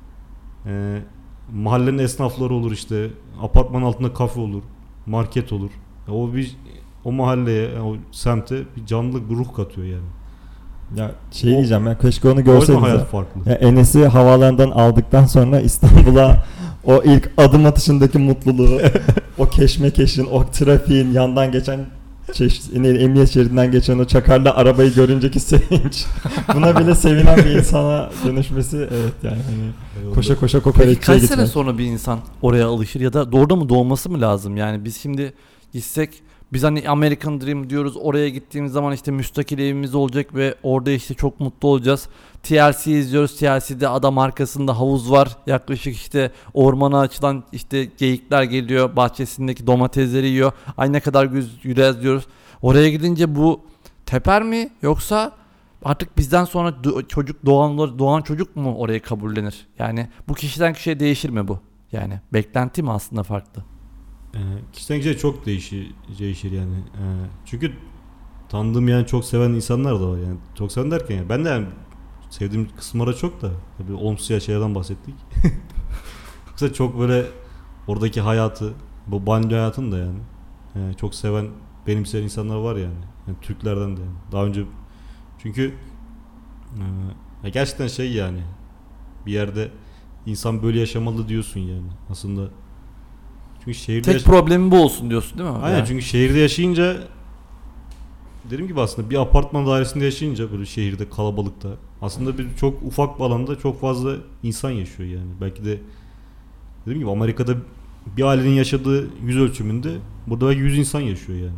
e, mahallenin esnafları olur işte. Apartman altında kafe olur. Market olur. Ya o bir o mahalleye, yani o semte bir canlılık, bir ruh katıyor yani. Ya şey O- diyeceğim ya keşke onu O yüzden görseydiniz. hayat ya. farklı. Ya Enes'i havaalanından aldıktan sonra İstanbul'a o ilk adım atışındaki mutluluğu, o keşmekeşin, o trafiğin yandan geçen çeşit, ne, emniyet şeridinden geçen o çakarlı arabayı görünceki sevinç. Buna bile sevinen bir insana dönüşmesi evet yani hani Eyvallah. koşa koşa Peki kokoreççiye kaç gitmek. sene sonra bir insan oraya alışır ya da doğru mu doğması mı lazım? Yani biz şimdi gitsek biz hani American Dream diyoruz, oraya gittiğimiz zaman işte müstakil evimiz olacak ve orada işte çok mutlu olacağız. T L C izliyoruz. T L C'de adam arkasında havuz var. Yaklaşık işte ormana açılan işte geyikler geliyor. Bahçesindeki domatesleri yiyor. Ay ne kadar güzel diyoruz. Oraya gidince bu teper mi yoksa artık bizden sonra do- çocuk doğan doğan çocuk mu oraya kabullenir? Yani bu kişiden kişiye değişir mi bu? Yani beklenti mi aslında farklı? Ee, kişiden kişiye çok değişir, değişir yani. Ee, çünkü tanıdığım yani çok seven insanlar da var yani. Çok seven derken yani ben de yani sevdiğim kısımlara çok da tabii olumsuz şeylerden bahsettik. Yoksa çok böyle oradaki hayatı, bu banliyö hayatını da yani, yani çok seven, benimseyen insanlar var yani. Yani Türklerden de yani. Daha önce çünkü e, ya gerçekten şey yani bir yerde insan böyle yaşamalı diyorsun yani aslında. Çünkü şehirde Tek yaş- problemi bu olsun diyorsun değil mi? Aynen Yani. çünkü şehirde yaşayınca dediğim gibi aslında bir apartman dairesinde yaşayınca böyle şehirde kalabalıkta aslında bir çok ufak bir alanda çok fazla insan yaşıyor yani. Belki de dediğim gibi Amerika'da bir ailenin yaşadığı yüz ölçümünde burada belki yüz insan yaşıyor yani.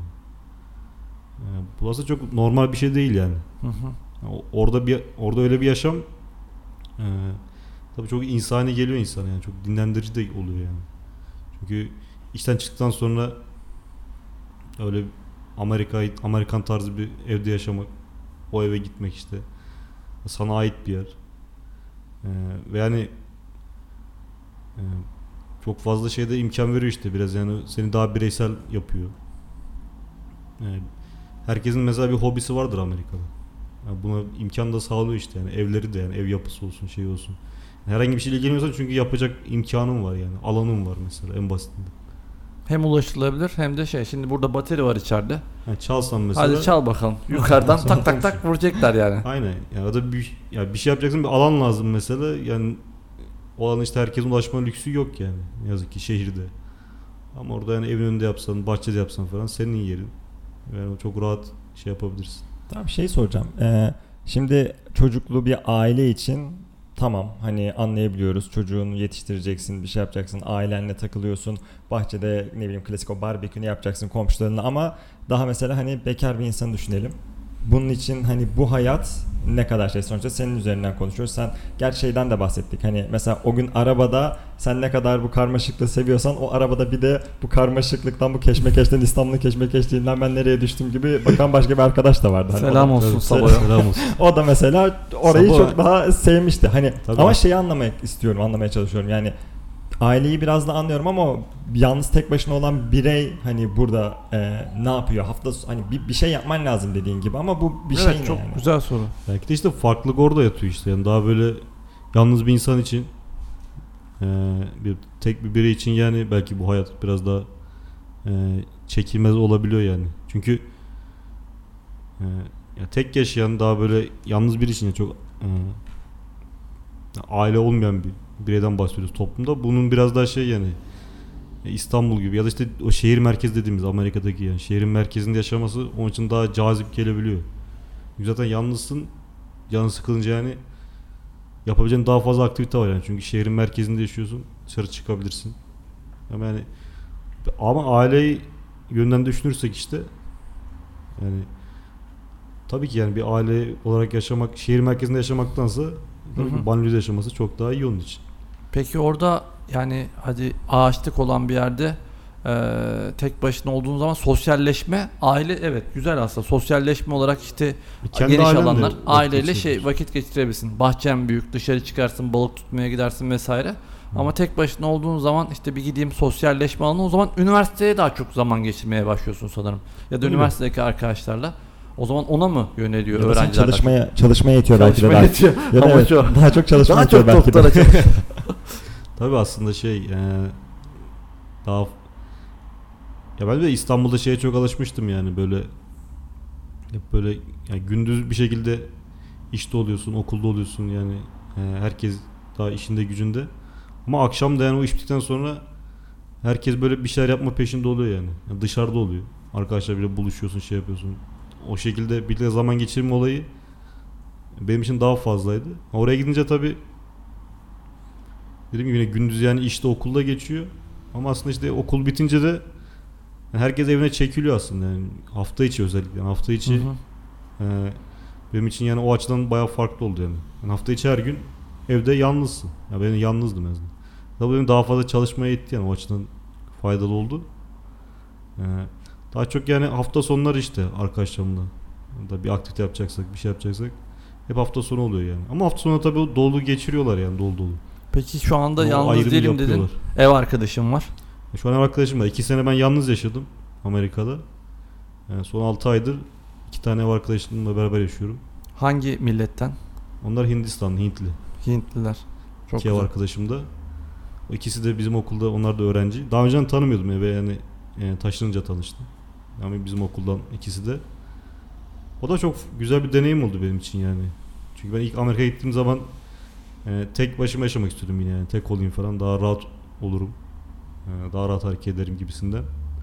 yani bu aslında çok normal bir şey değil yani. Hı hı. Yani orada bir orada öyle bir yaşam e, tabii çok insani geliyor insana yani çok dinlendirici de oluyor yani. Çünkü işten çıktıktan sonra öyle Amerika Amerikan tarzı bir evde yaşamak, o eve gitmek işte sana ait bir yer ee, ve yani e, çok fazla şeyde imkan veriyor işte biraz yani seni daha bireysel yapıyor. Yani herkesin mesela bir hobisi vardır Amerika'da. Yani buna imkan da sağlıyor işte yani evleri de yani ev yapısı olsun şey olsun. Herhangi bir şeyle ilgileniyorsan çünkü yapacak imkanın var yani alanın var mesela en basitinde. Hem ulaşılabilir hem de şey şimdi burada bateri var içeride. Yani çalsan mesela. Hadi çal bakalım. Yukarıdan tak tak tak vuracaklar yani. Aynen. Ya da bir ya bir şey yapacaksın bir alan lazım mesela. Yani o alana işte herkesin ulaşma lüksü yok yani. Ne yazık ki şehirde. Ama orada yani evin önünde yapsan, bahçede yapsan falan senin yerin. Yani çok rahat şey yapabilirsin. Tamam şey soracağım. Ee, şimdi çocuklu bir aile için tamam hani anlayabiliyoruz çocuğunu yetiştireceksin bir şey yapacaksın ailenle takılıyorsun bahçede ne bileyim klasik o barbekünü yapacaksın komşularınla ama daha mesela hani bekar bir insanı düşünelim. Bunun için hani bu hayat ne kadar şey sonuçta senin üzerinden konuşuyoruz. Sen gerçi şeyden de bahsettik. Hani mesela o gün arabada sen ne kadar bu karmaşıklığı seviyorsan o arabada bir de bu karmaşıklıktan bu keşmekeşten İstanbul'un keşmekeşliğinden ben nereye düştüm gibi bakan başka bir arkadaş da vardı. Hani Selam o da, olsun Evet, Sabo'ya. Selam olsun. o da mesela orayı Sabo- çok daha sevmişti. Hani Tabii. ama şeyi anlamak istiyorum, anlamaya çalışıyorum. Yani aileyi biraz da anlıyorum ama yalnız tek başına olan birey hani burada e, ne yapıyor? Hafta hani bir, bir şey yapman lazım dediğin gibi ama bu bir şey Evet ne çok yani? güzel soru. Belki de işte farklılık orada yatıyor işte. Yani daha böyle yalnız bir insan için e, bir tek bir birey için yani belki bu hayat biraz daha e, çekilmez olabiliyor yani. Çünkü e, ya tek yaşayan daha böyle yalnız biri için çok e, aile olmayan bir bireyden bahsediyoruz toplumda. Bunun biraz daha şey yani İstanbul gibi ya da işte o şehir merkezi dediğimiz Amerika'daki yani şehrin merkezinde yaşaması onun için daha cazip gelebiliyor. Zaten yalnızsın, canın sıkılınca yani yapabileceğin daha fazla aktivite var yani. Çünkü şehrin merkezinde yaşıyorsun. Dışarı çıkabilirsin. Ama yani ama aileyi yönden düşünürsek işte yani tabii ki yani bir aile olarak yaşamak, şehir merkezinde yaşamaktansa tabii ki banliyöde yaşaması çok daha iyi onun için. Peki orada yani hadi ağaçlık olan bir yerde e, tek başına olduğun zaman sosyalleşme, aile evet güzel aslında. Sosyalleşme olarak işte Kendi geniş ailenle alanlar, vakit aileyle şey geçirebilirsin. vakit geçirebilirsin. Bahçen büyük, dışarı çıkarsın, balık tutmaya gidersin vesaire. Hı. Ama tek başına olduğun zaman işte bir gideyim sosyalleşme alanı, o zaman üniversiteye daha çok zaman geçirmeye başlıyorsun sanırım. Ya da Öyle. üniversitedeki arkadaşlarla. O zaman ona mı yöneliyor Ya da sen öğrenciler? çalışmaya çalışmaya yetiyor belki de Çalışmaya daha. yetiyor. Ya da Ama evet, şu- daha çok çalışmaya daha yetiyor çok belki de. doktora çalış. Tabii aslında şey e, daha ya ben de İstanbul'da şeye çok alışmıştım yani böyle hep böyle yani gündüz bir şekilde işte oluyorsun, okulda oluyorsun yani e, herkes daha işinde gücünde. Ama akşam da yani o iş bittikten sonra herkes böyle bir şeyler yapma peşinde oluyor yani. Yani dışarıda oluyor. Arkadaşlar bile buluşuyorsun, şey yapıyorsun. O şekilde birlikte zaman geçirme olayı benim için daha fazlaydı. Oraya gidince tabii dediğim gibi yine gündüz yani işte okulda geçiyor. Ama aslında işte okul bitince de yani herkes evine çekiliyor aslında yani hafta içi özellikle. Yani hafta içi Hı hı. e, benim için yani o açıdan bayağı farklı oldu yani. Yani hafta içi her gün evde yalnızsın. Ya ben yalnızdım en azından. Tabii benim daha fazla çalışmaya itti yani o açıdan faydalı oldu. Ee, daha çok yani hafta sonları işte arkadaşlarımla da bir aktivite yapacaksak, bir şey yapacaksak hep hafta sonu oluyor yani. Ama hafta sonu tabii o dolu geçiriyorlar yani dolu dolu. Peki şu anda O yalnız ayrımı değilim dedin. yapıyorlar. Ev arkadaşım var. Şu an ev arkadaşım var. İki sene ben yalnız yaşadım Amerika'da. Yani son altı aydır iki tane ev arkadaşımla beraber yaşıyorum. Hangi milletten? Onlar Hindistanlı, Hintli. Hintliler. Çok İki ev güzel. arkadaşım da. O ikisi de bizim okulda, onlar da öğrenci. Daha önceden tanımıyordum eve yani e, taşınınca tanıştım. Yani bizim okuldan ikisi de. O da çok güzel bir deneyim oldu benim için yani. Çünkü ben ilk Amerika'ya gittiğim zaman e, tek başıma yaşamak istiyordum yine yani. Tek olayım falan, daha rahat olurum. E, daha rahat hareket ederim gibisinden.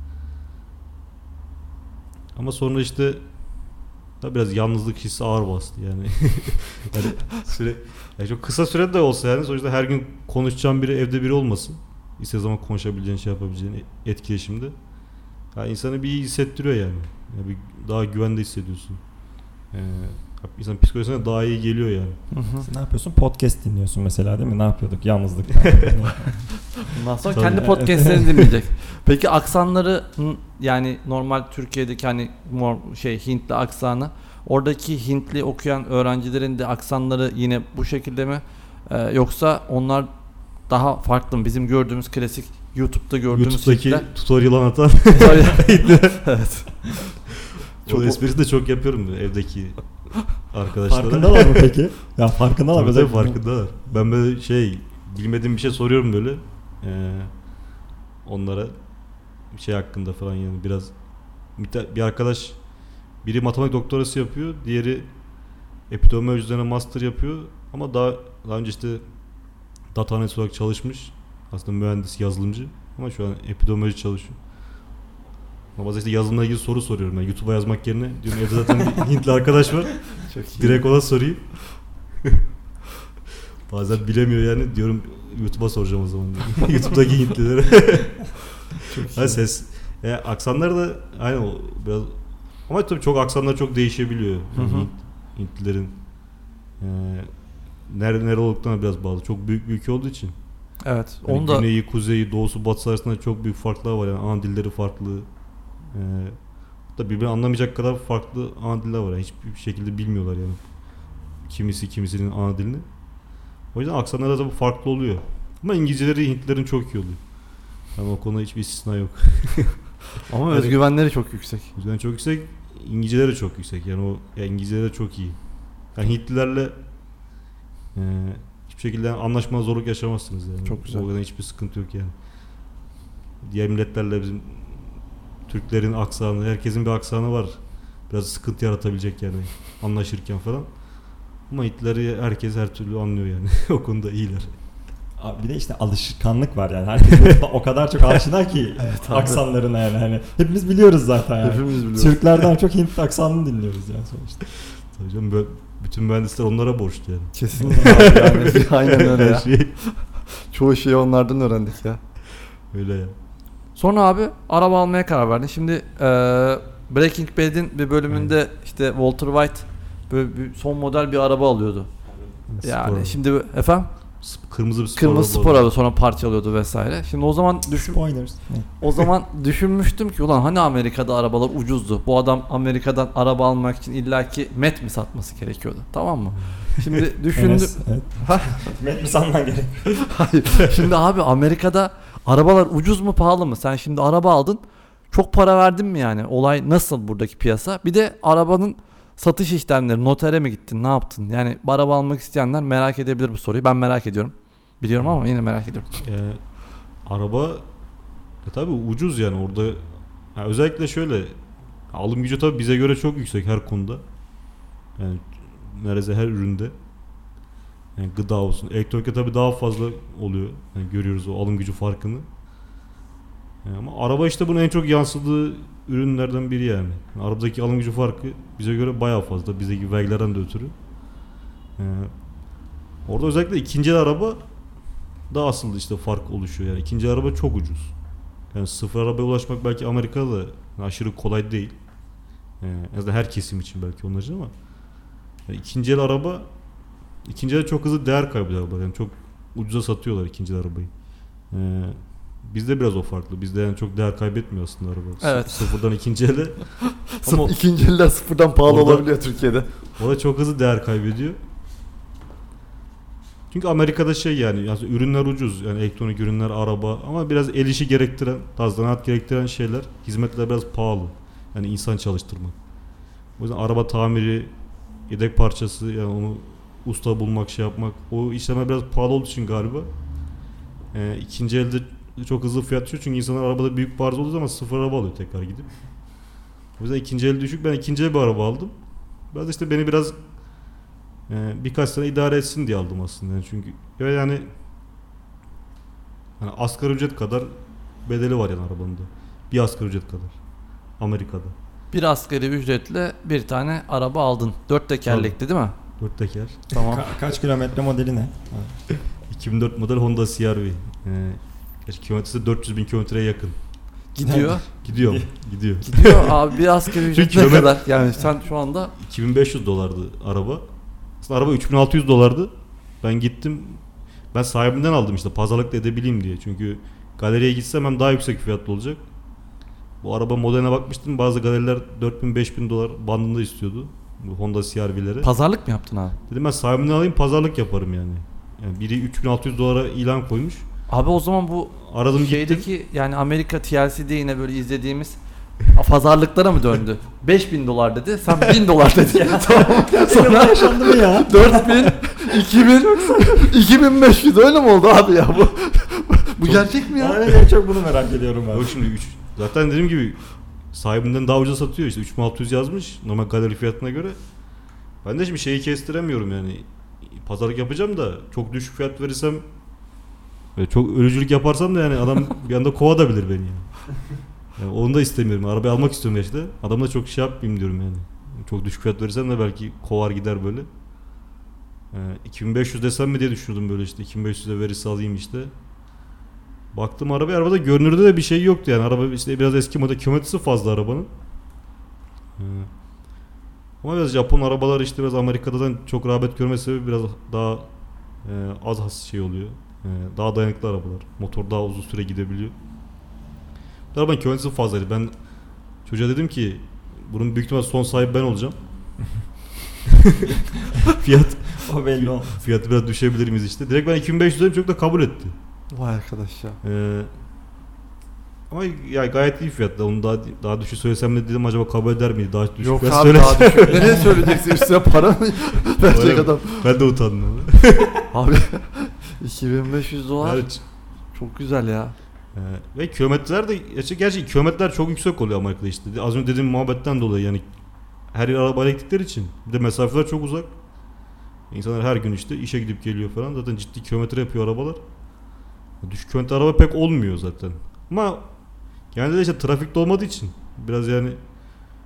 Ama sonra işte da biraz yalnızlık hissi ağır bastı yani. yani süre, yani çok kısa sürede de olsa yani sonuçta her gün konuşacağın biri evde biri olmasın. İstediğin zaman konuşabileceğin, şey yapabileceğin etkileşimde. Yani insanı bir iyi hissettiriyor yani. yani bir daha güvende hissediyorsun. Ee, insan psikolojisine daha iyi geliyor yani. Hı hı. Sen ne yapıyorsun? Podcast dinliyorsun mesela değil mi? Ne yapıyorduk? Yalnızlıkta. Bundan sonra Tabii. kendi podcastlerini dinleyecek. Peki aksanları hı, yani normal Türkiye'deki hani mor, şey Hintli aksanı, oradaki Hintli okuyan öğrencilerin de aksanları yine bu şekilde mi? Ee, yoksa onlar daha farklı mı? Bizim gördüğümüz klasik YouTube'da gördüğümüz YouTube'daki Hintler. tutorial anlatan Evet. o Çok- esprisi de çok yapıyorum evdeki arkadaşlara. Farkındalar mı peki? Ya farkındalar mı? Tabii tabii farkındalar. Ben böyle şey bilmediğim bir şey soruyorum böyle. Ee, onlara bir şey hakkında falan yani biraz bir, ta- bir arkadaş biri matematik doktorası yapıyor, diğeri epidemioloji üzerine master yapıyor ama daha daha önce işte data analist olarak çalışmış. Aslında mühendis, yazılımcı ama şu an epidemioloji çalışıyor. Ama bazen işte yazılımla ilgili soru soruyorum ben YouTube'a yazmak yerine. Diyorum evde zaten bir Hintli arkadaş var. Çok iyi. Direkt ona sorayım. Bazen bilemiyor yani diyorum YouTube'a soracağım o zaman. YouTube'daki Hintlilere. Ha, ses. E, aksanları da aynı o biraz ama tabii çok aksanlar çok değişebiliyor. Yani Hı hı. Hint, Hintlilerin e, nerede nere olduklarına biraz bağlı. Çok büyük bir ülke olduğu için. Evet. Yani Onu da güneyi, kuzeyi, doğusu, batısı arasında çok büyük farklar var. Yani ana dilleri farklı. E, da birbirini anlamayacak kadar farklı ana diller var. Yani hiçbir şekilde bilmiyorlar yani. Kimisi kimisinin ana dilini. O yüzden aksanları da farklı oluyor. Ama İngilizceleri Hintlilerin çok iyi oluyor. Yani o konuda hiçbir istisna yok. ama Yani- özgüvenleri çok yüksek. Yüzden çok yüksek, İngilizceleri de çok yüksek. Yani o ya İngilizceleri de çok iyi. Yani Hintlilerle e, hiçbir şekilde anlaşma zorluk yaşamazsınız yani. Çok güzel. O yüzden hiçbir sıkıntı yok yani. Diğer milletlerle bizim Türklerin aksanı, herkesin bir aksanı var. Biraz sıkıntı yaratabilecek yani anlaşırken falan. Ama Hintlileri herkes her türlü anlıyor yani. O konuda iyiler. Abi bir de işte alışkanlık var yani. Herkes o kadar çok aşina ki abi. aksanlarına yani. Hani hepimiz biliyoruz zaten yani. Hepimiz biliyoruz. Türklerden çok Hint aksanını dinliyoruz yani sonuçta. Tabii canım, böyle bütün mühendisler onlara borçlu yani. Kesinlikle abi yani. Aynen öyle Her ya. şey Çoğu şeyi onlardan öğrendik ya. öyle ya. Sonra abi araba almaya karar verdin. Şimdi e, Breaking Bad'in bir bölümünde işte Walter White böyle bir son model bir araba alıyordu. Yani Spor. şimdi efendim Sp- kırmızı bir spor kırmızı araba spor oldu. araba sonra parçalıyordu vesaire. Şimdi o zaman düşün Spoilers. Ne? o zaman düşünmüştüm ki ulan hani Amerika'da arabalar ucuzdu. Bu adam Amerika'dan araba almak için illaki met mi satması gerekiyordu. Tamam mı? Şimdi düşündüm. Enes, evet. Met mi sanman gerek? Hayır. Şimdi abi Amerika'da arabalar ucuz mu pahalı mı? Sen şimdi araba aldın. Çok para verdin mi yani? Olay nasıl buradaki piyasa? Bir de arabanın satış işlemleri, notere mi gittin? Ne yaptın? Yani araba almak isteyenler merak edebilir bu soruyu. Ben merak ediyorum. Biliyorum ama yine merak ediyorum. Ee, araba e tabii ucuz yani orada. Ya özellikle şöyle, alım gücü tabii bize göre çok yüksek her konuda. Yani neredeyse her üründe. Yani gıda olsun. Elektronikte tabii daha fazla oluyor. Yani görüyoruz o alım gücü farkını. Yani ama araba işte bunun en çok yansıdığı ürünlerden biri yani. Yani arabadaki alım gücü farkı bize göre bayağı fazla. Bizdeki vergilerden de ötürü. Yani orada özellikle ikinci el araba da asıl işte fark oluşuyor. Yani ikinci el araba çok ucuz. Yani sıfır arabaya ulaşmak belki Amerika'da da aşırı kolay değil. Yani en azından her kesim için belki onlar için ama yani ikinci el araba ikinci el çok hızlı değer kaybediyorlar. Yani çok ucuza satıyorlar ikinci el arabayı. Ee, bizde biraz o farklı. Bizde yani çok değer kaybetmiyor aslında araba. Evet. Sıfırdan ikinci ele. Ama ikinci eller sıfırdan pahalı Orada- olabiliyor Türkiye'de. O da çok hızlı değer kaybediyor. Çünkü Amerika'da şey yani, yani ürünler ucuz. Yani elektronik ürünler, araba ama biraz el işi gerektiren, tazminat gerektiren şeyler, hizmetler biraz pahalı. Yani insan çalıştırmak. O yüzden araba tamiri, yedek parçası, yani onu usta bulmak, şey yapmak, o işleme biraz pahalı olduğu için galiba ee, ikinci elde çok hızlı fiyat düşüyor. Çünkü insanlar arabada büyük bir arıza olduğu zaman sıfır araba alıyor tekrar gidip. O yüzden ikinci el düşük. Ben ikinci el bir araba aldım. Biraz işte beni biraz e, birkaç sene idare etsin diye aldım aslında. Yani çünkü yani yani asgari ücret kadar bedeli var yani arabanın da. Bir asgari ücret kadar. Amerika'da. Bir asgari ücretle bir tane araba aldın. Dört tekerlekli değil mi? Dört teker. Tamam. Ka- kaç kilometre modeli ne? iki bin dört model Honda C R V. Ee, kilometresi dört yüz bin kilometreye yakın. Gidiyor. Gidiyor. Gidiyor. Gidiyor abi bir asgari ücret ne kilometre- kadar? Yani sen şu anda iki bin beş yüz dolardı araba. Aslında araba üç bin altı yüz dolardı. Ben gittim. Ben sahibinden aldım işte pazarlık da edebileyim diye. Çünkü galeriye gitsem hem daha yüksek fiyatlı olacak. Bu araba modeline bakmıştım. Bazı galeriler dört bin beş bin dolar bandında istiyordu. Bu Honda C R V'leri. pazarlık mı yaptın abi? Dedim ben sahibinden alayım pazarlık yaparım yani. Yani biri üç bin altı yüz dolara ilan koymuş. Abi o zaman bu Aradım gittim. şeydeki yani Amerika T L C'de yine böyle izlediğimiz pazarlıklara mı döndü? beş bin dolar dedi. Sen bin dolar dedin. Tamam. Sonra yaşandı mı ya? dört bin, iki bin, iki bin beş yüz öyle mi oldu abi ya bu? Bu Çok- gerçek mi ya? Aynen en çok bunu merak ediyorum ben. Yok şimdi üç. Zaten dediğim gibi sahibinden daha ucuza satıyor işte üç bin altı yüz yazmış normal galeri fiyatına göre. Ben de şimdi şeyi kestiremiyorum yani. Pazarlık yapacağım da çok düşük fiyat verirsem ve çok ölücülük yaparsam da yani adam bir anda kovabilir beni yani. Yani onu da istemiyorum. Arabayı almak istiyorum ya işte. Adamla çok şey yapmayayım diyorum yani. Çok düşük fiyat verirsem de belki kovar gider böyle. Ee, iki bin beş yüz desem mi diye düşünürdüm böyle işte. iki bin beş yüze verirse alayım işte. Baktım arabaya, arabada görünürde de bir şey yoktu yani. Araba işte biraz eski model, kilometresi fazla arabanın. Ee, ama biraz Japon arabalar işte biraz Amerika'dan çok rağbet görme sebebi biraz daha e, az has şey oluyor. E, daha dayanıklı arabalar. Motor daha uzun süre gidebiliyor. Bu arabanın kilometresi fazlaydı. Ben çocuğa dedim ki bunun büyük ihtimal son sahibi ben olacağım. Fiyat O belli oldu. fiyatı biraz düşebilir miyiz işte. Direkt ben iki bin beş yüz dedim, çok da kabul etti. Vay arkadaş ya. Ee, ama ya gayet iyi fiyatta. Onu daha daha düşük söylesem de dedim acaba kabul eder miydi? Daha düşük Yok fiyat abi söylesem. daha düşük. Nereye söyleyeceksin? Üstüne para mı verecek Öyle mi? adam? Ben de utandım. Abi iki bin beş yüz dolar Evet. çok güzel ya. Ee, ve kilometreler de gerçi, gerçi kilometreler çok yüksek oluyor Amerika'da işte. Az önce dediğim muhabbetten dolayı yani her yer arabayla gittikleri için. Bir de mesafeler çok uzak. İnsanlar her gün işte işe gidip geliyor falan. Zaten ciddi kilometre yapıyor arabalar. Düşük kilometre araba pek olmuyor zaten. Ama genelde de işte trafikte olmadığı için biraz yani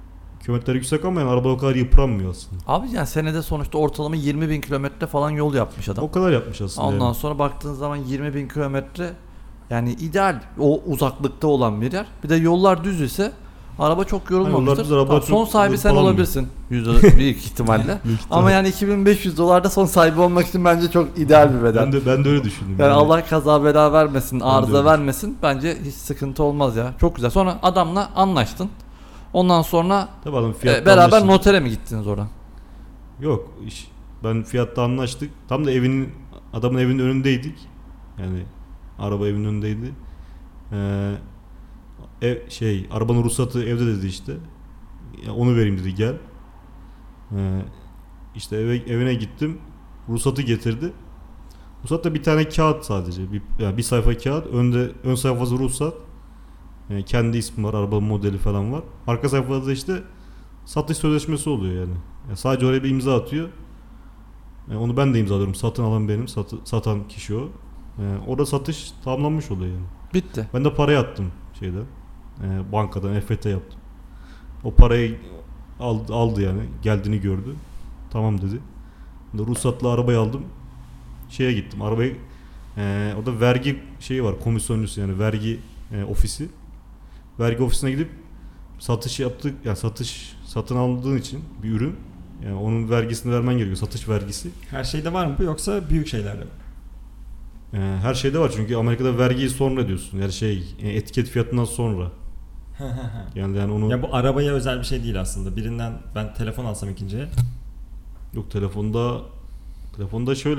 kilometreler yüksek ama yani araba o kadar yıpranmıyor aslında. Abi yani senede sonuçta ortalama yirmi bin kilometre falan yol yapmış adam. O kadar yapmış aslında. Ondan yani. sonra baktığın zaman yirmi bin kilometre yani ideal o uzaklıkta olan bir yer. Bir de yollar düz ise araba çok yorulmamıştır. yollar düz, araba Tamam, çok son sahibi sen hırpalanmıyor. olabilirsin yüzde büyük ihtimalle. Ama yani iki bin beş yüz dolarda son sahibi olmak için bence çok ideal bir bedel. Ben de ben de öyle düşündüm. Yani Allah kaza bela vermesin, de arıza öyle. vermesin. Bence hiç sıkıntı olmaz ya. Çok güzel. Sonra adamla anlaştın. Ondan sonra Tabii adam e, fiyatta beraber anlaştık. notere mi gittiniz oradan? Yok iş, ben fiyatta anlaştık. Tam da evinin adamın evinin önündeydik. Yani araba evinin önündeydi. Ee, ev, şey arabanın ruhsatı evde dedi işte. Ya onu vereyim dedi gel. Ee, işte eve, evine gittim. Ruhsatı getirdi. Ruhsatta bir tane kağıt sadece. Bir, yani bir sayfa kağıt. Önde ön sayfası ruhsat. Yani kendi ismi var, araba modeli falan var. Arka sayfada da işte satış sözleşmesi oluyor yani. Yani sadece oraya bir imza atıyor. Yani onu ben de imzalıyorum. Satın alan benim, satı, satan kişi o. Yani orada satış tamamlanmış oluyor yani. Bitti. Ben de parayı attım şeyden. E, bankadan E F T yaptım. O parayı aldı, aldı yani. Geldiğini gördü. Tamam dedi. Ben de ruhsatlı arabayı aldım. Şeye gittim. Arabayı e, orada vergi şeyi var. Komisyoncusu yani vergi e, ofisi. Vergi ofisine gidip satış yaptık. Yani satış satın aldığın için bir ürün. Yani onun vergisini vermen gerekiyor. Satış vergisi. Her şeyde var mı bu yoksa büyük şeylerde mi? E, her şeyde var çünkü Amerika'da vergiyi sonra ödüyorsun. Yani şey e, etiket fiyatından sonra. Yani yani onu Ya bu arabaya özel bir şey değil aslında. Birinden ben telefon alsam ikinciye. yok telefonda telefonda şöyle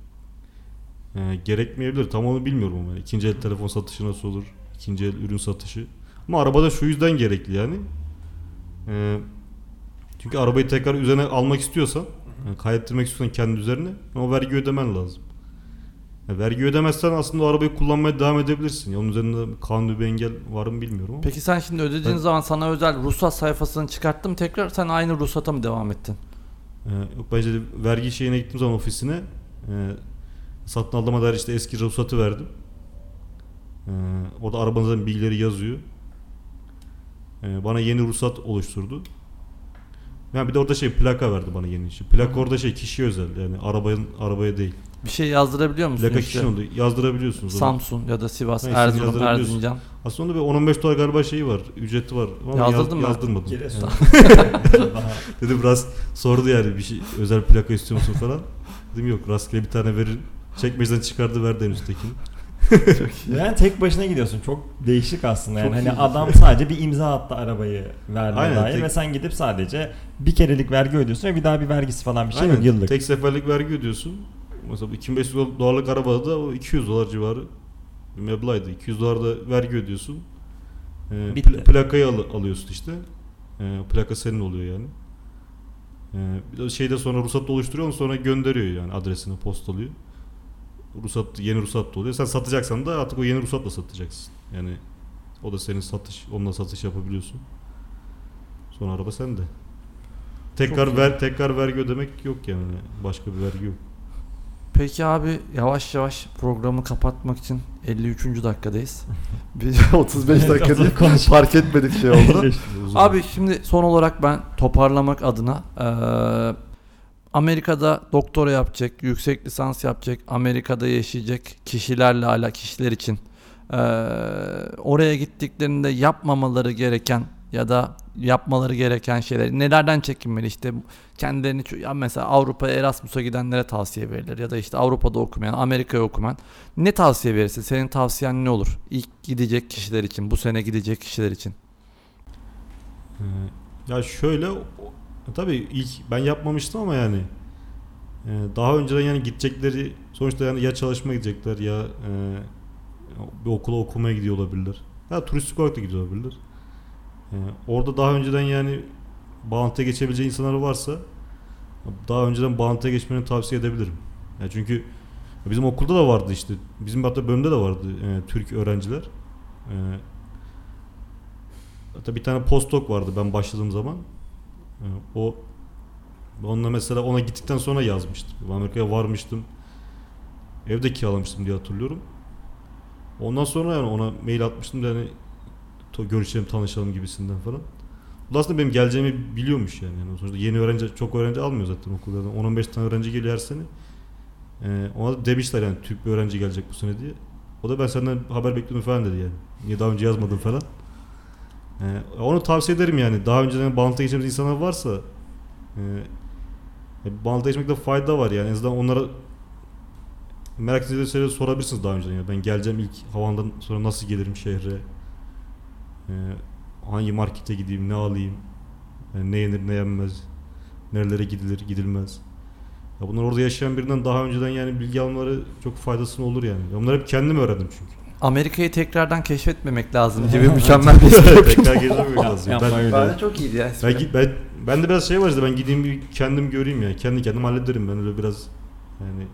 e, gerekmeyebilir. Tam onu bilmiyorum ama ikinci el telefon satışı nasıl olur? İkinci el ürün satışı. Ama arabada şu yüzden gerekli yani. E, çünkü arabayı tekrar üzerine almak istiyorsan, yani kaydettirmek istiyorsan kendi üzerine, o vergi ödemen lazım. Yani vergi ödemezsen aslında o arabayı kullanmaya devam edebilirsin. Ya onun üzerinde kanuni bir engel var mı bilmiyorum ama. Peki sen şimdi ödediğin Ben- zaman sana özel ruhsat sayfasını çıkarttım tekrar sen aynı ruhsata mı devam ettin? Ee, yok bence de vergi şeyine gittiğim zaman ofisine e, satın aldığıma dair işte eski ruhsatı verdim. Ee, orada arabanızın bilgileri yazıyor. Ee, bana yeni ruhsat oluşturdu. Yani bir de orada şey plaka verdi bana yeni. Şey, plaka orada şey kişiye özel yani arabanın arabaya değil. Bir şey yazdırabiliyor musun? Plaka işte? kişinin olduğu yazdırabiliyorsunuz. onu. Samsun ya da Sivas, Ha, işte Erzurum, yazdırabiliyorsun. Erzincan. Aslında bir on on beş dolar galiba şeyi var, ücreti var. Ama Yazdırdın mı? Yazdırmadım. Giresun. Yani. Daha Dedi biraz sordu yani bir şey özel plaka istiyor musun falan. Dedim yok rastgele bir tane verin. Çekmeceden çıkardı verdi en üsttekini. yani tek başına gidiyorsun. Çok değişik aslında. Yani Çok hani iyi. adam sadece bir imza attı arabayı vermeye Aynen, dair tek- ve sen gidip sadece bir kerelik vergi ödüyorsun ve bir daha bir vergisi falan bir şey Aynen, yok yıllık. tek seferlik vergi ödüyorsun. Mesela iki bin beş yüz dolarlık arabada da o iki yüz dolar civarı bir meblağdı. iki yüz dolar da vergi ödüyorsun. Ee, Bitti. pl- plakayı al- alıyorsun işte. Ee, plaka senin oluyor yani. Ee, bir de şeyde sonra ruhsat oluşturuyor, onu sonra gönderiyor yani adresine postalıyor. Ruhsat yeni ruhsat da oluyor. Sen satacaksan da artık o yeni ruhsatla satacaksın. Yani o da senin satış, onunla satış yapabiliyorsun. Sonra araba sende. Tekrar Çok iyi. ver tekrar vergi ödemek yok yani. Başka bir vergi yok. Peki abi yavaş yavaş programı kapatmak için elli üçüncü dakikadayız. Bir otuz beş dakika değil, Konuş. fark etmedik şey oldu. Uzun. Abi şimdi son olarak ben toparlamak adına eee, Amerika'da doktora yapacak, yüksek lisans yapacak, Amerika'da yaşayacak kişilerle ala kişiler için eee, oraya gittiklerinde yapmamaları gereken ya da yapmaları gereken şeyler nelerden çekinmeli işte kendilerini ço- ya mesela Avrupa'ya Erasmus'a gidenlere tavsiye verilir ya da işte Avrupa'da okumayan Amerika'ya okumayan ne tavsiye verirsin senin tavsiyen ne olur ilk gidecek kişiler için bu sene gidecek kişiler için? Ee, ya şöyle o- tabii ilk ben yapmamıştım ama yani e, daha önceden yani gidecekleri sonuçta yani ya çalışmaya gidecekler ya e, bir okula okumaya gidiyor olabilirler. Ya turistik olarak da gidiyor olabilirler. E, orada daha önceden yani bağlantıya geçebileceği insanlar varsa daha önceden bağlantıya geçmeni tavsiye edebilirim. Yani çünkü bizim okulda da vardı işte. Bizim hatta bölümde de vardı e, Türk öğrenciler. E, hatta bir tane postdoc vardı ben başladığım zaman. E, o onunla mesela ona gittikten sonra yazmıştım. Ben Amerika'ya varmıştım. Evde kiralamıştım diye hatırlıyorum. Ondan sonra yani ona mail atmıştım da hani to- görüşelim, tanışalım gibisinden falan. Bu aslında benim geleceğimi biliyormuş yani. yani sonuçta yeni öğrenci, çok öğrenci almıyor zaten okullardan. on on beş tane öğrenci geliyor her sene. Ee, ona da demişler yani Türk bir öğrenci gelecek bu sene diye. O da ben senden haber bekliyordum falan dedi yani. Niye daha önce yazmadın falan. Ee, onu tavsiye ederim yani. Daha önceden bağlantıya geçtiğimiz insanlar varsa e, bağlantıya geçmekte fayda var yani. En azından onlara merak ettiğiniz şeyleri sorabilirsiniz daha önceden. Yani ben geleceğim ilk havandan sonra nasıl gelirim şehre? Ee, hangi markete gideyim, ne alayım? Yani ne yenir, ne yenmez? Nerelere gidilir, gidilmez? Ya bunlar orada yaşayan birinden daha önceden yani bilgi almaları çok faydasını olur yani. Onları hep kendim öğrendim çünkü. Amerika'yı tekrardan keşfetmemek lazım gibi mükemmel bir şey. Tekrar gezmemek lazım. Yapma Ben, öyle. Bence çok iyiydi ya. ben, ben, ben de biraz şey var işte ben gideyim bir kendim göreyim ya. Kendi kendim hallederim ben öyle biraz yani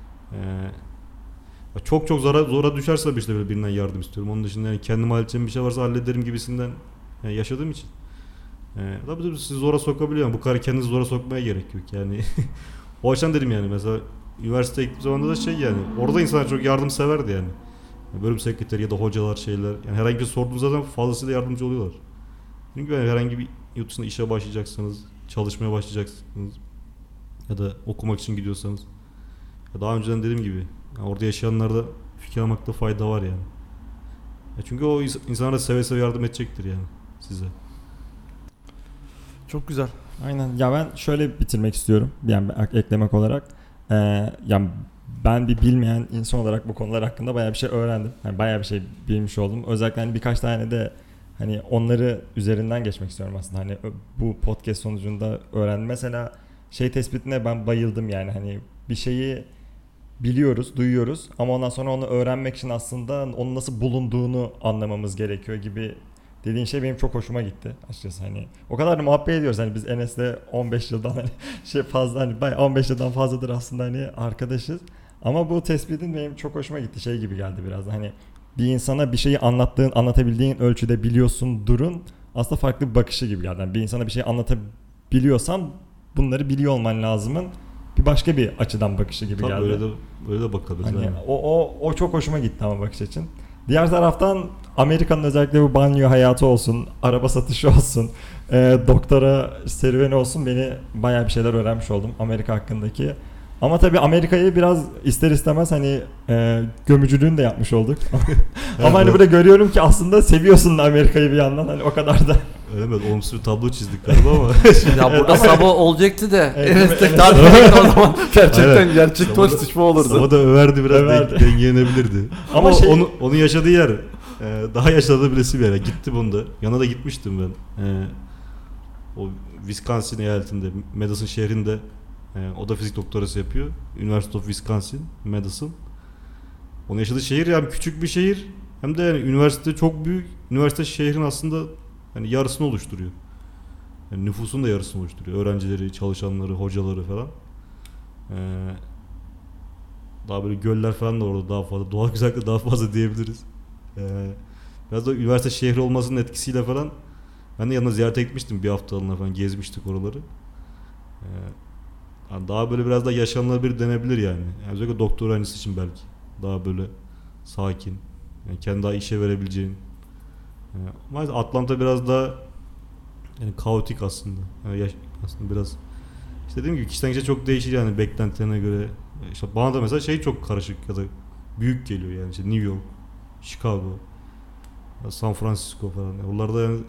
e, çok çok zora, zora düşerse işte böyle birinden yardım istiyorum. Onun dışında yani kendim halledeceğim bir şey varsa hallederim gibisinden yani yaşadığım için. E, tabii tabii sizi zora sokabiliyor. Yani bu kadar kendinizi zora sokmaya gerek yok yani. O açıdan dedim yani mesela üniversiteye gittiğim zamanda da şey yani orada insanlar çok yardımseverdi yani. Bölüm sekreteri ya da hocalar şeyler yani herhangi bir şey sorduğunuz zaman fazlasıyla yardımcı oluyorlar. Çünkü yani herhangi bir yurt dışında işe başlayacaksınız, çalışmaya başlayacaksınız ya da okumak için gidiyorsanız ya daha önceden dediğim gibi yani orada yaşayanlarda fikir almakta fayda var yani. Ya çünkü o insanlar da seve seve yardım edecektir yani size. Çok güzel. Aynen. Ya ben şöyle bitirmek istiyorum. Yani eklemek olarak. Ee, yani ben bir bilmeyen insan olarak bu konular hakkında bayağı bir şey öğrendim. Yani bayağı bir şey bilmiş oldum. Özellikle hani birkaç tane de hani onları üzerinden geçmek istiyorum aslında. Hani bu podcast sonucunda öğrendim. Mesela şey tespitine ben bayıldım yani. Hani bir şeyi biliyoruz, duyuyoruz ama ondan sonra onu öğrenmek için aslında onun nasıl bulunduğunu anlamamız gerekiyor gibi dediğin şey benim çok hoşuma gitti açıkçası. Hani o kadar da muhabbet ediyoruz hani biz Enes'le on beş yıldan hani şey fazla hani bayağı on beş yıldan fazladır aslında hani arkadaşız. Ama bu tespitin benim çok hoşuma gitti. Şey gibi geldi biraz da hani bir insana bir şeyi anlattığın, anlatabildiğin ölçüde biliyorsun durun aslında farklı bir bakışı gibi geldi. Yani bir insana bir şey anlatabiliyorsan bunları biliyor olman lazımın bir başka bir açıdan bakışı gibi Tabii geldi. öyle de öyle de bakabiliriz. Hani Yani. o o o çok hoşuma gitti ama bakış için. Diğer taraftan Amerika'nın özellikle bu banyo hayatı olsun, araba satışı olsun, e, doktora serüveni olsun beni bayağı bir şeyler öğrenmiş oldum Amerika hakkındaki. Ama tabii Amerika'yı biraz ister istemez hani e, gömücülüğünü de yapmış olduk. Ama hani burada görüyorum ki aslında seviyorsun da Amerika'yı bir yandan hani o kadar da. Öyle mi? Olumsuz bir tablo çizdik galiba ama. Ya burada Sabo olacaktı da Evet, Enes tek evet. takip edecekti o zaman. Gerçekten Aynen. gerçek Sabo da- tartışma olurdu. Ama da överdi biraz Överdi. denk- dengelenebilirdi. Ama Ama şey- onu, onu yaşadığı yer e, daha yaşadığı birisi bir yere. Gitti bunda. Yana da gitmiştim ben. E, o Wisconsin eyaletinde, Madison şehrinde e, o da fizik doktorası yapıyor. University of Wisconsin, Madison. Onun yaşadığı şehir yani küçük bir şehir. Hem de yani üniversite çok büyük. Üniversite şehrin aslında hani yarısını oluşturuyor. Yani nüfusun da yarısını oluşturuyor. Öğrencileri, çalışanları, hocaları falan. Ee, daha böyle göller falan da orada daha fazla. Doğal güzellikle daha fazla diyebiliriz. Ee, biraz da üniversite şehri olmasının etkisiyle falan ben de yanına ziyarete gitmiştim bir haftalığına falan. Gezmiştik oraları. Ee, yani daha böyle biraz da yaşanılabilir denebilir yani. yani. Özellikle doktor öğrencisi için belki. Daha böyle sakin. Yani kendi daha işe verebileceğin. Yani maalesef Atlanta biraz daha yani kaotik aslında. Yani yaş- aslında biraz işte dediğim gibi kişiden kişiye çok değişir yani beklentilerine göre. İşte bana da mesela şey çok karışık ya da büyük geliyor yani işte New York, Chicago, San Francisco falan. Yani oralarda yani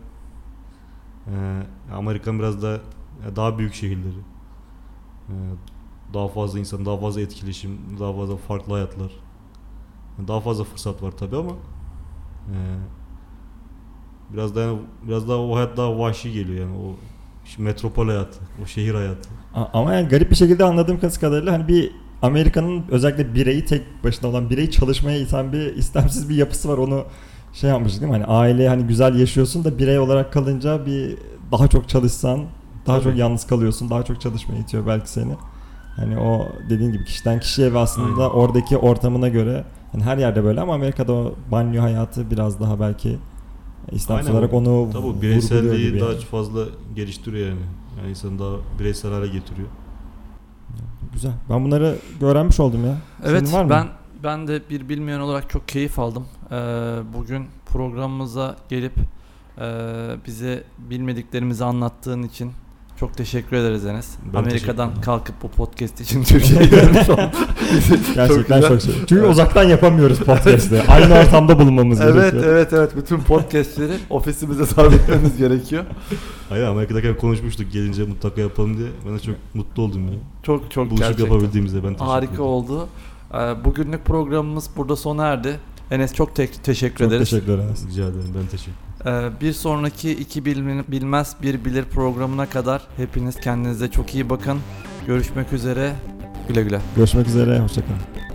e, Amerika'nın biraz da daha büyük şehirleri. E, daha fazla insan, daha fazla etkileşim, daha fazla farklı hayatlar. Yani daha fazla fırsat var tabii ama e, biraz daha biraz daha o hayat daha vahşi geliyor yani o şu metropol hayatı, o şehir hayatı. A- Ama yani garip bir şekilde anladığım kadarıyla hani bir Amerika'nın özellikle bireyi tek başına olan bireyi çalışmaya iten bir istemsiz bir yapısı var. Onu şey yapmış değil mi? Hani aile hani güzel yaşıyorsun da birey olarak kalınca bir daha çok çalışsan daha Tabii. çok yalnız kalıyorsun. Daha çok çalışmaya itiyor belki seni. Hani o dediğin gibi kişiden kişiye ve aslında Aynen. oradaki ortamına göre hani her yerde böyle ama Amerika'da o banyo hayatı biraz daha belki istemsiz Aynen, olarak o- onu Tabii o vurguluyor bireyselliği gibi daha yani. fazla geliştiriyor yani. Yani insanı daha bireysel hale getiriyor. Güzel. Ben bunları öğrenmiş oldum ya. Evet, Senin var mı? ben ben de bir bilmeyen olarak çok keyif aldım. Ee, bugün programımıza gelip Ee, bize bilmediklerimizi anlattığın için çok teşekkür ederiz Enes. Ben Amerika'dan teşekkür kalkıp bu podcast için Türkiye'ye gelmiş oldun. Gerçekten güzel. çok şey. Çünkü uzaktan yapamıyoruz podcast'ı. Aynı ortamda bulunmamız Evet, gerekiyor. evet, evet. Bütün podcastleri ofisimize sabitlememiz gerekiyor. Hayır, Amerika'dayken konuşmuştuk, gelince mutlaka yapalım diye. Ben de çok mutlu oldum ya. Çok çok Buluşup gerçekten yapabildiğimizde ben teşekkür harika ederim. oldu. Ee, Bugünlük programımız burada sona erdi. Enes çok te- teşekkür Çok ederiz. teşekkür ederiz. Rica ederim, ben teşekkür ederim. Ee, Bir sonraki iki Bil- bilmez bir bilir programına kadar hepiniz kendinize çok iyi bakın. Görüşmek üzere. Güle güle. Görüşmek üzere. Hoşçakalın.